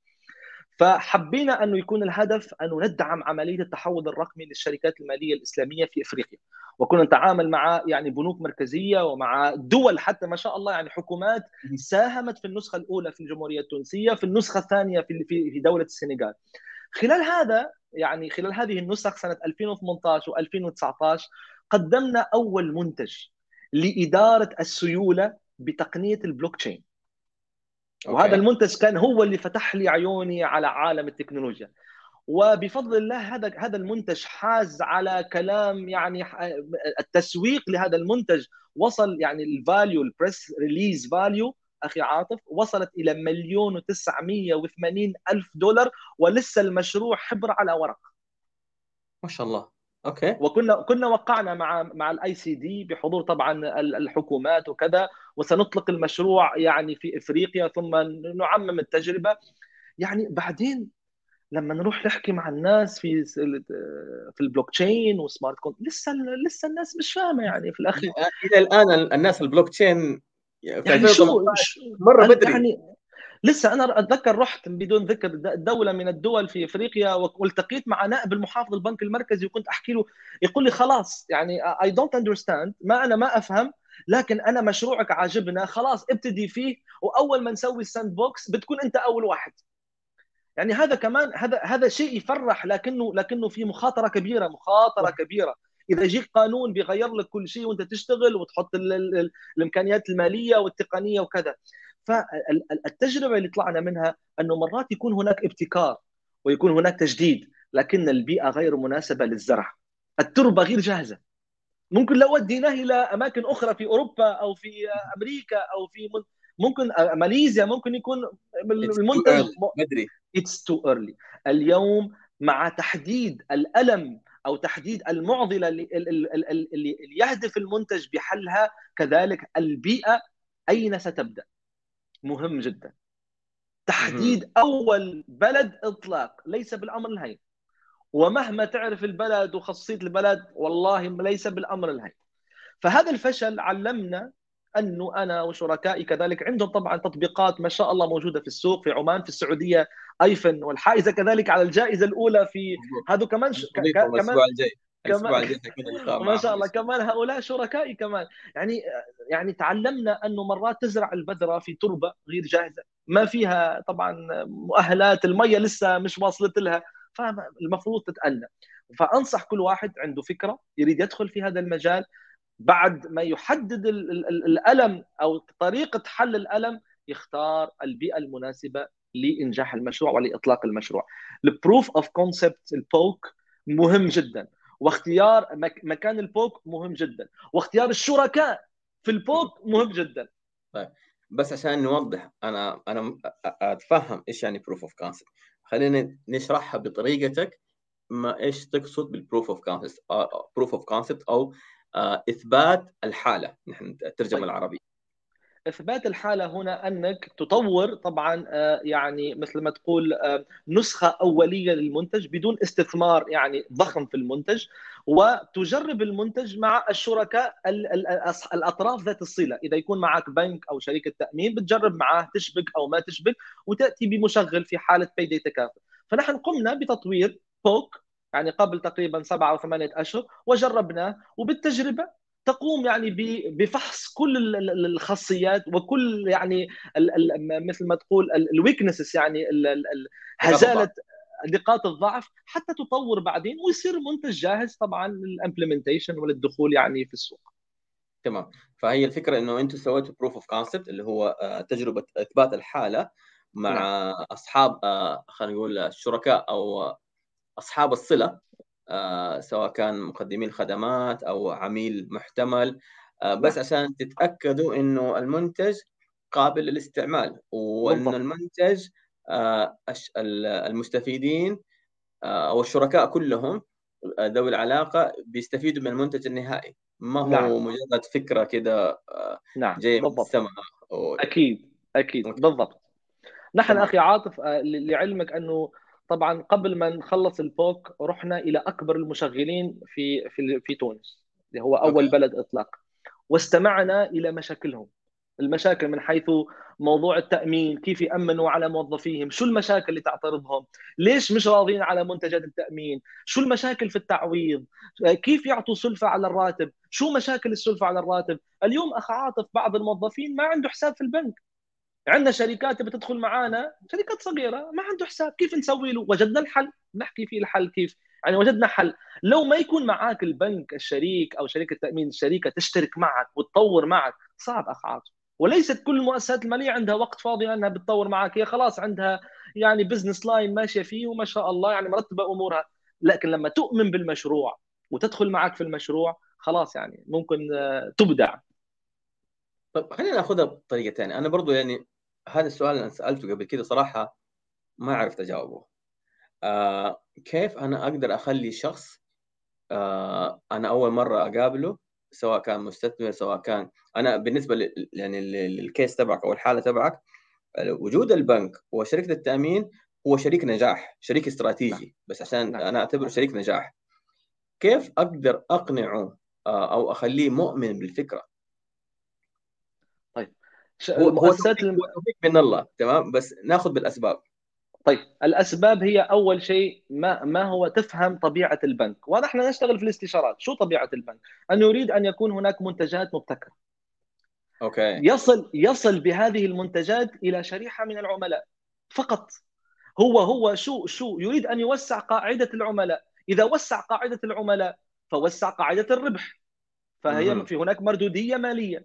فحبينا انه يكون الهدف انه ندعم عمليه التحول الرقمي للشركات الماليه الاسلاميه في افريقيا، وكنا نتعامل مع يعني بنوك مركزيه ومع دول، حتى ما شاء الله يعني حكومات ساهمت في النسخه الاولى في الجمهوريه التونسيه، في النسخه الثانيه في في دوله السنغال. خلال هذا يعني خلال هذه النسخ سنه ألفين وثمانية عشر و2019 قدمنا اول منتج لاداره السيوله بتقنيه البلوك تشين. وهذا أوكي. المنتج كان هو اللي فتح لي عيوني على عالم التكنولوجيا. وبفضل الله هذا هذا المنتج حاز على كلام يعني التسويق لهذا المنتج وصل يعني الفاليو البريس ريليز فاليو اخي عاطف وصلت الى مليون وتسعمية وثمانين الف دولار، ولسه المشروع حبر على ورق. ما شاء الله. أوكي. وكنا كنا وقعنا مع مع الاي سي دي بحضور طبعا الحكومات وكذا، وسنطلق المشروع يعني في افريقيا ثم نعمم التجربه. يعني بعدين لما نروح نحكي مع الناس في في البلوك تشين وسمارت كون، لسه لسه الناس مش فاهمه يعني في الاخير. إلى الآن الناس البلوك تشين في يعني شو, ألفين وثمانية عشر شو مرة بدري. يعني لسه انا اتذكر رحت بدون ذكر دوله من الدول في افريقيا والتقيت مع نائب المحافظ البنك المركزي، وكنت احكي له يقول لي خلاص يعني اي دونت اندرستاند، ما انا ما افهم، لكن انا مشروعك عاجبنا خلاص ابتدي فيه، واول ما نسوي الساند بوكس بتكون انت اول واحد. يعني هذا كمان هذا هذا شيء يفرح، لكنه لكنه في مخاطره كبيره، مخاطره كبيره. اذا يجيك قانون بيغير لك كل شيء وانت تشتغل وتحط ال ال الامكانيات الماليه والتقنيه وكذا. فالتجربه اللي طلعنا منها انه مرات يكون هناك ابتكار ويكون هناك تجديد، لكن البيئه غير مناسبه للزرع، التربه غير جاهزه. ممكن لو وديناه الى اماكن اخرى في اوروبا او في امريكا او في ممكن ماليزيا ممكن يكون It's too المنتج early. بدري. It's too early. اليوم مع تحديد الألم أو تحديد المعضلة اللي, اللي, اللي يهدف المنتج بحلها، كذلك البيئة أين ستبدأ مهم جدا. تحديد أول بلد إطلاق ليس بالأمر الهين، ومهما تعرف البلد وخاصية البلد والله ليس بالأمر الهين. فهذا الفشل علمنا انه انا وشركائي كذلك عندهم طبعا تطبيقات ما شاء الله موجوده في السوق في عمان في السعوديه ايفن، والحائزه كذلك على الجائزه الاولى في هذا كمان ش... ك... كمان الأسبوع الجاي الأسبوع كمان الجاي حيكون اللقاء ما شاء معهم. الله كمان هؤلاء شركائي كمان. يعني يعني تعلمنا انه مرات تزرع البذره في تربه غير جاهزه، ما فيها طبعا مؤهلات، الميه لسه مش واصلت لها، فالمفروض تتأنى. فانصح كل واحد عنده فكره يريد يدخل في هذا المجال، بعد ما يحدد الألم أو طريقة حل الألم يختار البيئة المناسبة لإنجاح المشروع ولإطلاق المشروع. البروف اوف كونسبت البوك مهم جدا، واختيار مكان البوك مهم جدا، واختيار الشركاء في البوك مهم جدا. طيب بس عشان نوضح، انا انا اتفهم ايش يعني بروف اوف كونسبت، خلينا نشرحها بطريقتك. ما ايش تقصد بالبروف اوف كونسبت؟ بروف اوف كونسبت او اثبات الحاله، نحن الترجمه طيب. العربيه. اثبات الحاله هنا انك تطور طبعا يعني مثل ما تقول نسخه اوليه للمنتج بدون استثمار يعني ضخم في المنتج، وتجرب المنتج مع الشركاء الاطراف ذات الصله. اذا يكون معك بنك او شركه تامين بتجرب معاه تشبك او ما تشبك، وتاتي بمشغل في حاله فائده تكافؤ. فنحن قمنا بتطوير بوك يعني قبل تقريبا سبعة او ثمانية اشهر وجربناه، وبالتجربه تقوم يعني بفحص كل الخاصيات وكل يعني مثل ما تقول الويكنسز يعني هزاله نقاط الضعف، حتى تطور بعدين ويصير منتج جاهز طبعا للامبلمنتيشن وللدخول يعني في السوق. تمام. فهي الفكره انه انتم سويتوا بروف اوف كونسبت اللي هو تجربه اثبات الحاله مع نعم. اصحاب خلينا نقول الشركاء او اصحاب الصله، آه، سواء كان مقدمين خدمات او عميل محتمل، آه، بس نعم. عشان تتاكدوا انه المنتج قابل للاستعمال، وأن بالضبط. المنتج آه، الش- ال- المستفيدين آه، أو الشركاء كلهم آه، ذوي العلاقة بيستفيدوا من المنتج النهائي، ما نعم، هو مجرد فكرة كده آه، نعم، جاية من بالضبط. السماء. أو- أكيد، أكيد، أوكي. بالضبط. نحن تمام. أخي عاطف، آه، ل- لعلمك أنه طبعا قبل ما نخلص البوك رحنا إلى أكبر المشغلين في في في تونس، اللي هو أوكي. أول بلد إطلاق، واستمعنا إلى مشاكلهم. المشاكل من حيث موضوع التأمين، كيف يأمنوا على موظفيهم، شو المشاكل اللي تعترضهم، ليش مش راضين على منتجات التأمين، شو المشاكل في التعويض، آه، كيف يعطوا سلفة على الراتب، شو مشاكل السلفة على الراتب. اليوم أخ عاطف بعض الموظفين ما عنده حساب في البنك، عندنا شركات بتدخل معانا، شركات صغيره ما عنده حساب، كيف نسوي له؟ وجدنا الحل، نحكي فيه الحل كيف. يعني وجدنا حل. لو ما يكون معاك البنك الشريك او شركه تامين الشركه تشترك معك وتطور معك، صعب اخ عاطف. وليست كل المؤسسات الماليه عندها وقت فاضي انها بتطور معك، هي خلاص عندها يعني بزنس لاين ماشيه فيه وما شاء الله يعني مرتبه امورها. لكن لما تؤمن بالمشروع وتدخل معك في المشروع، خلاص يعني ممكن آه، تبدع. طب خلينا ناخذها بطريقة ثانية. أنا برضو يعني هذا السؤال أنا سألته قبل كده صراحة ما عرفت أجاوبه. آه كيف أنا أقدر أخلي شخص آه أنا أول مرة أقابله، سواء كان مستثمر سواء كان أنا بالنسبة لل يعني لل- للكيس تبعك أو الحالة تبعك، وجود البنك وشركة التأمين هو شريك نجاح، شريك نعم، استراتيجي، بس عشان نعم. أنا أعتبره شريك نجاح. كيف أقدر أقنعه آه أو أخليه مؤمن بالفكرة؟ طيب، ش- هو هو المؤسسات توفيق، هو توفيق من الله، تمام، بس ناخذ بالأسباب. طيب، الاسباب هي اول شيء ما ما هو تفهم طبيعه البنك، ونحن نشتغل في الاستشارات. شو طبيعه البنك؟ انه يريد ان يكون هناك منتجات مبتكره، أوكي. يصل يصل بهذه المنتجات الى شريحه من العملاء فقط. هو هو شو شو يريد ان يوسع قاعده العملاء. اذا وسع قاعده العملاء فوسع قاعده الربح، فهي اهم. في هناك مردوديه ماليه.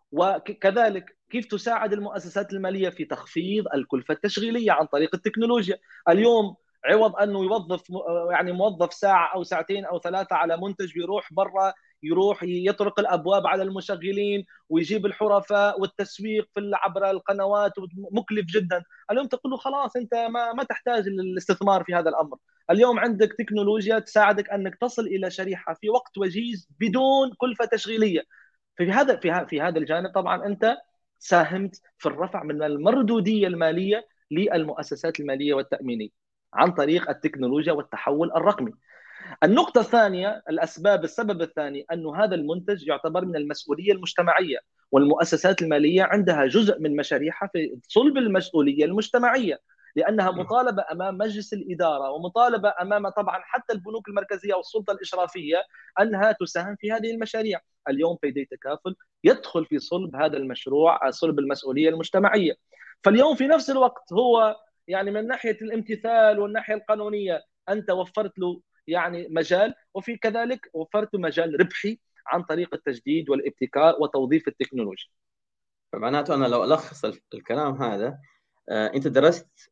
وكذلك كيف تساعد المؤسسات الماليه في تخفيض الكلفه التشغيليه عن طريق التكنولوجيا. اليوم عوض انه يوظف يعني موظف ساعه او ساعتين او ثلاثه على منتج، بيروح برا يروح يطرق الابواب على المشغلين ويجيب الحرفاء والتسويق في عبر القنوات، مكلف جدا. اليوم تقول له خلاص انت ما ما تحتاج الاستثمار في هذا الامر. اليوم عندك تكنولوجيا تساعدك انك تصل الى شريحه في وقت وجيز بدون كلفه تشغيليه. في هذا في في هذا الجانب طبعا انت ساهمت في الرفع من المردوديه الماليه للمؤسسات الماليه والتامينيه عن طريق التكنولوجيا والتحول الرقمي. النقطة الثانية، الأسباب، السبب الثاني أنه هذا المنتج يعتبر من المسؤولية المجتمعية، والمؤسسات المالية عندها جزء من مشاريعها في صلب المسؤولية المجتمعية، لأنها مطالبة أمام مجلس الإدارة ومطالبة أمام طبعا حتى البنوك المركزية والسلطة الإشرافية أنها تساهم في هذه المشاريع. اليوم بيدي تكافل يدخل في صلب هذا المشروع، صلب المسؤولية المجتمعية. فاليوم في نفس الوقت هو يعني من ناحية الامتثال والناحية القانونية أنت وفرت له يعني مجال، وفي كذلك وفرت مجال ربحي عن طريق التجديد والابتكار وتوظيف التكنولوجيا. فمعناته أنا لو ألخص ال الكلام هذا، آآ أنت درست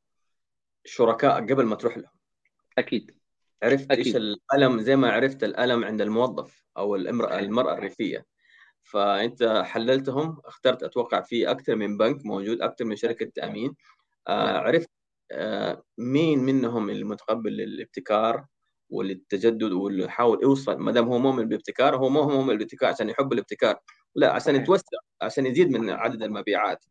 شركائك قبل ما تروح لهم، اكيد، عرفت إيش اكيد. الألم زي ما عرفت الألم عند الموظف أو الامرأة صحيح. المرأة الريفية، فأنت حللتهم، اخترت أتوقع في أكثر من بنك موجود، أكثر من شركة اكيد. تأمين، آآ نعم. عرفت آآ مين منهم المتقبل للابتكار وللتجدد واللي يحاول يوصل، ما دام هو مؤمن بالابتكار، هو ما هو مؤمن بالابتكار عشان يحب الابتكار، لأ عشان صحيح. يتوسع، عشان يزيد من صحيح. عدد المبيعات.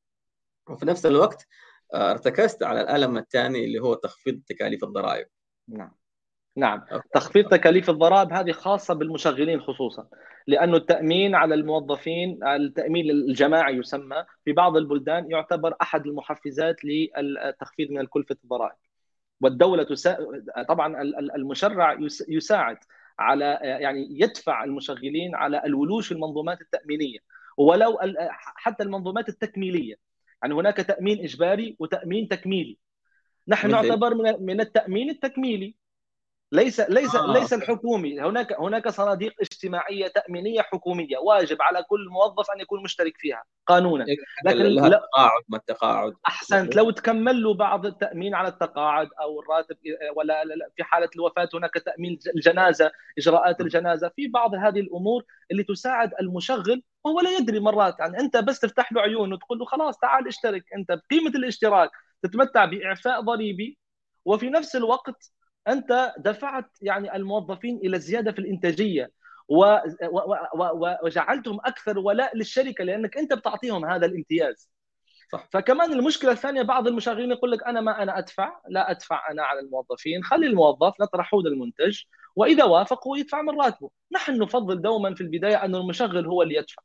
وفي نفس الوقت آآ ارتكزت على الألم الثاني اللي هو تخفيض تكاليف الضرائب. نعم. نعم. أوكي. تخفيض تكاليف الضرائب هذه خاصة بالمشغلين خصوصا، لأنه التأمين على الموظفين، التأمين الجماعي يسمى في بعض البلدان، يعتبر أحد المحفزات للتخفيض من كلفة الضرائب. والدولة تسا... طبعا المشرع يساعد على يعني يدفع المشغلين على الولوج في المنظومات التأمينية، ولو حتى المنظومات التكميلية. يعني هناك تأمين إجباري وتأمين تكميلي. نحن مثل نعتبر من من التأمين التكميلي، ليس ليس آه ليس أوكي. الحكومي. هناك هناك صناديق اجتماعيه تامينيه حكوميه واجب على كل موظف ان يكون مشترك فيها قانونا. إيه، حاجة لكن لها لا، تقاعد ما التقاعد احسنت، مثله؟ لو تكمل له بعض التامين على التقاعد او الراتب، ولا في حاله الوفاه هناك تامين الجنازه، اجراءات الجنازه، في بعض هذه الامور اللي تساعد المشغل وهو لا يدري مرات. يعني انت بس تفتح له عيون وتقول له خلاص تعال اشترك، انت بقيمه الاشتراك تتمتع باعفاء ضريبي، وفي نفس الوقت انت دفعت يعني الموظفين الى الزياده في الانتاجيه، و... و... و... وجعلتهم اكثر ولاء للشركه لانك انت بتعطيهم هذا الامتياز. صح. فكمان المشكله الثانيه، بعض المشغلين يقول لك انا ما انا ادفع، لا ادفع انا على الموظفين، خلي الموظف نطرحه للمنتج، واذا وافق هو يدفع من راتبه. نحن نفضل دوما في البدايه ان المشغل هو اللي يدفع.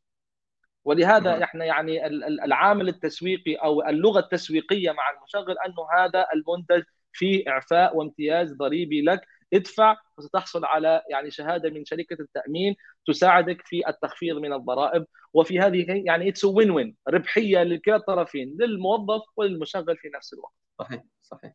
ولهذا مهم. احنا يعني العامل التسويقي او اللغه التسويقيه مع المشغل انه هذا المنتج فيه اعفاء وامتياز ضريبي لك، ادفع وستحصل على يعني شهاده من شركه التامين تساعدك في التخفيض من الضرائب. وفي هذه يعني اتس وين وين، ربحيه لكلا الطرفين، للموظف وللمشغل في نفس الوقت. صحيح صحيح.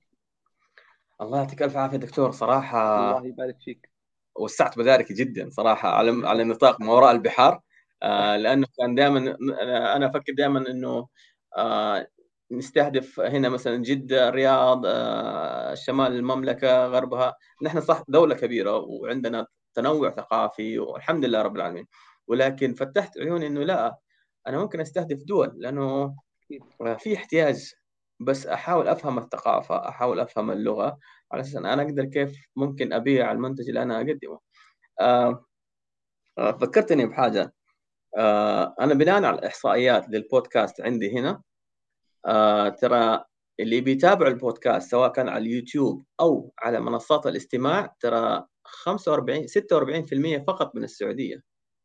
الله يعطيك الف عافيه دكتور صراحه، الله يبارك فيك. وسعت مداركي جدا صراحه على على نطاق ما وراء البحار. آه لانه كان دائما انا افكر دائما انه آه نستهدف هنا مثلا جده، الرياض، آه شمال المملكه، غربها. نحن صح دوله كبيره وعندنا تنوع ثقافي والحمد لله رب العالمين، ولكن فتحت عيوني انه لا، انا ممكن استهدف دول لانه في احتياج، بس احاول افهم الثقافه، احاول افهم اللغه، على اساس ان انا اقدر كيف ممكن ابيع المنتج اللي انا اقدمه. آه آه، فكرتني بحاجه. آه انا بناء على الاحصائيات للبودكاست عندي هنا، آه ترى اللي بيتابعوا البودكاست سواء كان على اليوتيوب او على منصات الاستماع، ترى خمسة وأربعين ستة وأربعين بالمئة فقط من السعوديه.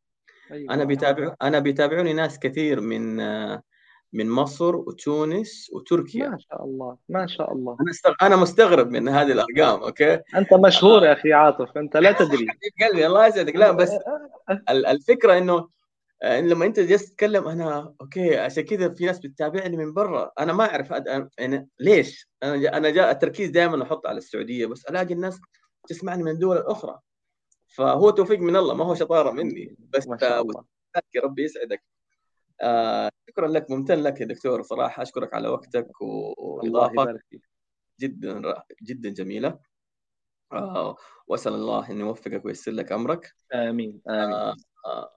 انا ايوه. بيتابعوا انا بيتابعوني ناس كثير من آه من مصر وتونس وتركيا. ما شاء الله ما شاء الله. انا استغ... انا مستغرب من هذه الارقام. اوكي. انت مشهور يا اخي عاطف، انت لا تدري. حبيب قلبي الله يسعدك. لا بس ال- الفكره انه آه، إن لما انت جالس تتكلم انا اوكي، عشان كذا في ناس بتتابعني من برا، انا ما اعرف أد... انا ليش انا جا... انا جاء التركيز دائما احط على السعوديه، بس الاقي الناس تسمعني من الدول الاخرى. فهو توفيق من الله، ما هو شطاره الحمد مني، لله بس ما آه، شاء الله. يا ربي يسعدك. آه شكرا لك، ممتن لك يا دكتور صراحه، اشكرك على وقتك و... الله واضافك يبارك فيك. جدا را- جدا جميله. آه واسال الله ان يوفقك وييسر لك امرك. امين امين. آه آه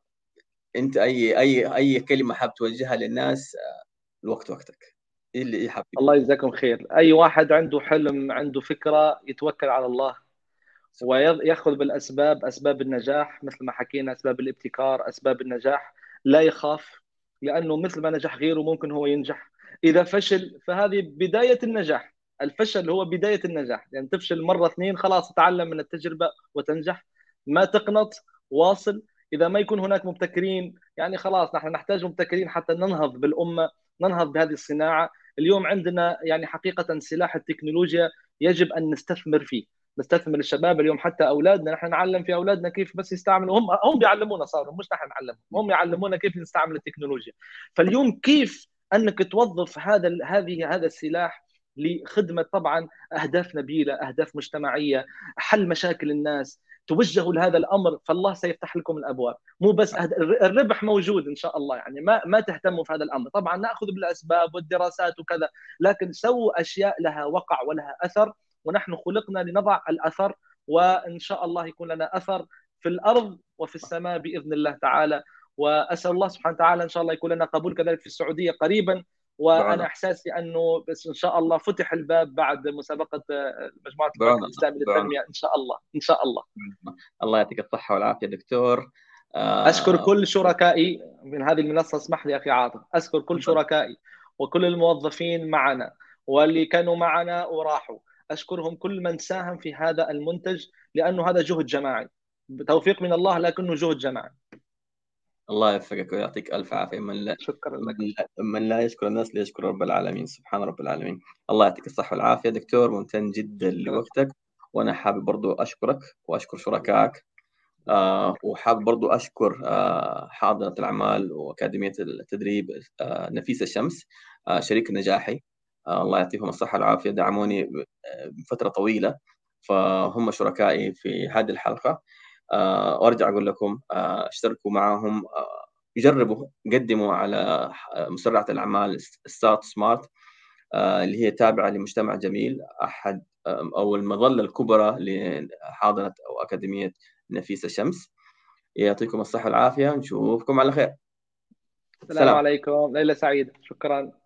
انت اي اي اي كلمه حاب توجهها للناس، آه الوقت وقتك. ايه اللي ايه حاب الله تقول؟ يجزاكم خير. اي واحد عنده حلم عنده فكره يتوكل على الله ويأخذ بالأسباب، أسباب النجاح مثل ما حكينا، أسباب الابتكار، أسباب النجاح. لا يخاف، لأنه مثل ما نجح غيره ممكن هو ينجح. إذا فشل فهذه بداية النجاح. الفشل هو بداية النجاح، يعني تفشل مرة اثنين خلاص تتعلم من التجربة وتنجح. ما تقنط، واصل. إذا ما يكون هناك مبتكرين، يعني خلاص نحن نحتاج مبتكرين حتى ننهض بالأمة، ننهض بهذه الصناعة. اليوم عندنا يعني حقيقة سلاح التكنولوجيا يجب أن نستثمر فيه، نستثمر الشباب. اليوم حتى اولادنا نحن نعلم في اولادنا كيف بس يستعملوا، هم هم بيعلمونا، صاروا مش نحن نعلمهم، هم يعلمونا كيف نستعمل التكنولوجيا. فاليوم كيف انك توظف هذا هذه هذا السلاح لخدمه طبعا اهداف نبيله، اهداف مجتمعيه، حل مشاكل الناس، توجهوا لهذا الامر فالله سيفتح لكم الابواب. مو بس أهد... الربح موجود ان شاء الله، يعني ما ما تهتموا في هذا الامر. طبعا ناخذ بالاسباب والدراسات وكذا، لكن سووا اشياء لها وقع ولها اثر، ونحن خلقنا لنضع الأثر، وإن شاء الله يكون لنا أثر في الأرض وفي السماء بإذن الله تعالى. وأسأل الله سبحانه وتعالى إن شاء الله يكون لنا قبول كذلك في السعودية قريبا. وأنا بعنا إحساسي أنه بس إن شاء الله فتح الباب بعد مسابقة مجموعة البنك بعنا الإسلامي بعنا للتنمية، إن شاء الله إن شاء الله. الله يعطيك الصحه والعافيه دكتور. أشكر آه كل شركائي من هذه المنصة، اسمح لي أخي عاطف، أشكر كل شركائي وكل الموظفين معنا واللي كانوا معنا وراحوا. أشكرهم كل من ساهم في هذا المنتج، لأنه هذا جهد جماعي، توفيق من الله لكنه جهد جماعي. الله يوفقك ويعطيك الف عافيه. من لا شكرا من لكم. لا, من لا يشكر الناس لا يشكر رب العالمين، سبحان رب العالمين. الله يعطيك الصحه والعافيه دكتور، ممتن جدا شكرا. لوقتك. وانا حابب برضو اشكرك واشكر شركائك. آه وحابب برضو أشكر آه حاضنة الأعمال وأكاديمية التدريب، آه نفيس الشمس، آه شريك نجاحي. آه الله يعطيهم الصحة والعافية، دعموني بفترة طويلة، فهم شركائي في هذه الحلقة. آه وأرجع أقول لكم آه اشتركوا معهم، آه يجربوا قدموا على مسرعة الأعمال ستارت سمارت، آه اللي هي تابعة لمجتمع جميل، أحد أو المظلة الكبرى لحاضنة أو أكاديمية نفيس الشمس. يعطيكم الصحة والعافية، نشوفكم على خير. السلام سلام. عليكم، ليلة سعيدة، شكرا.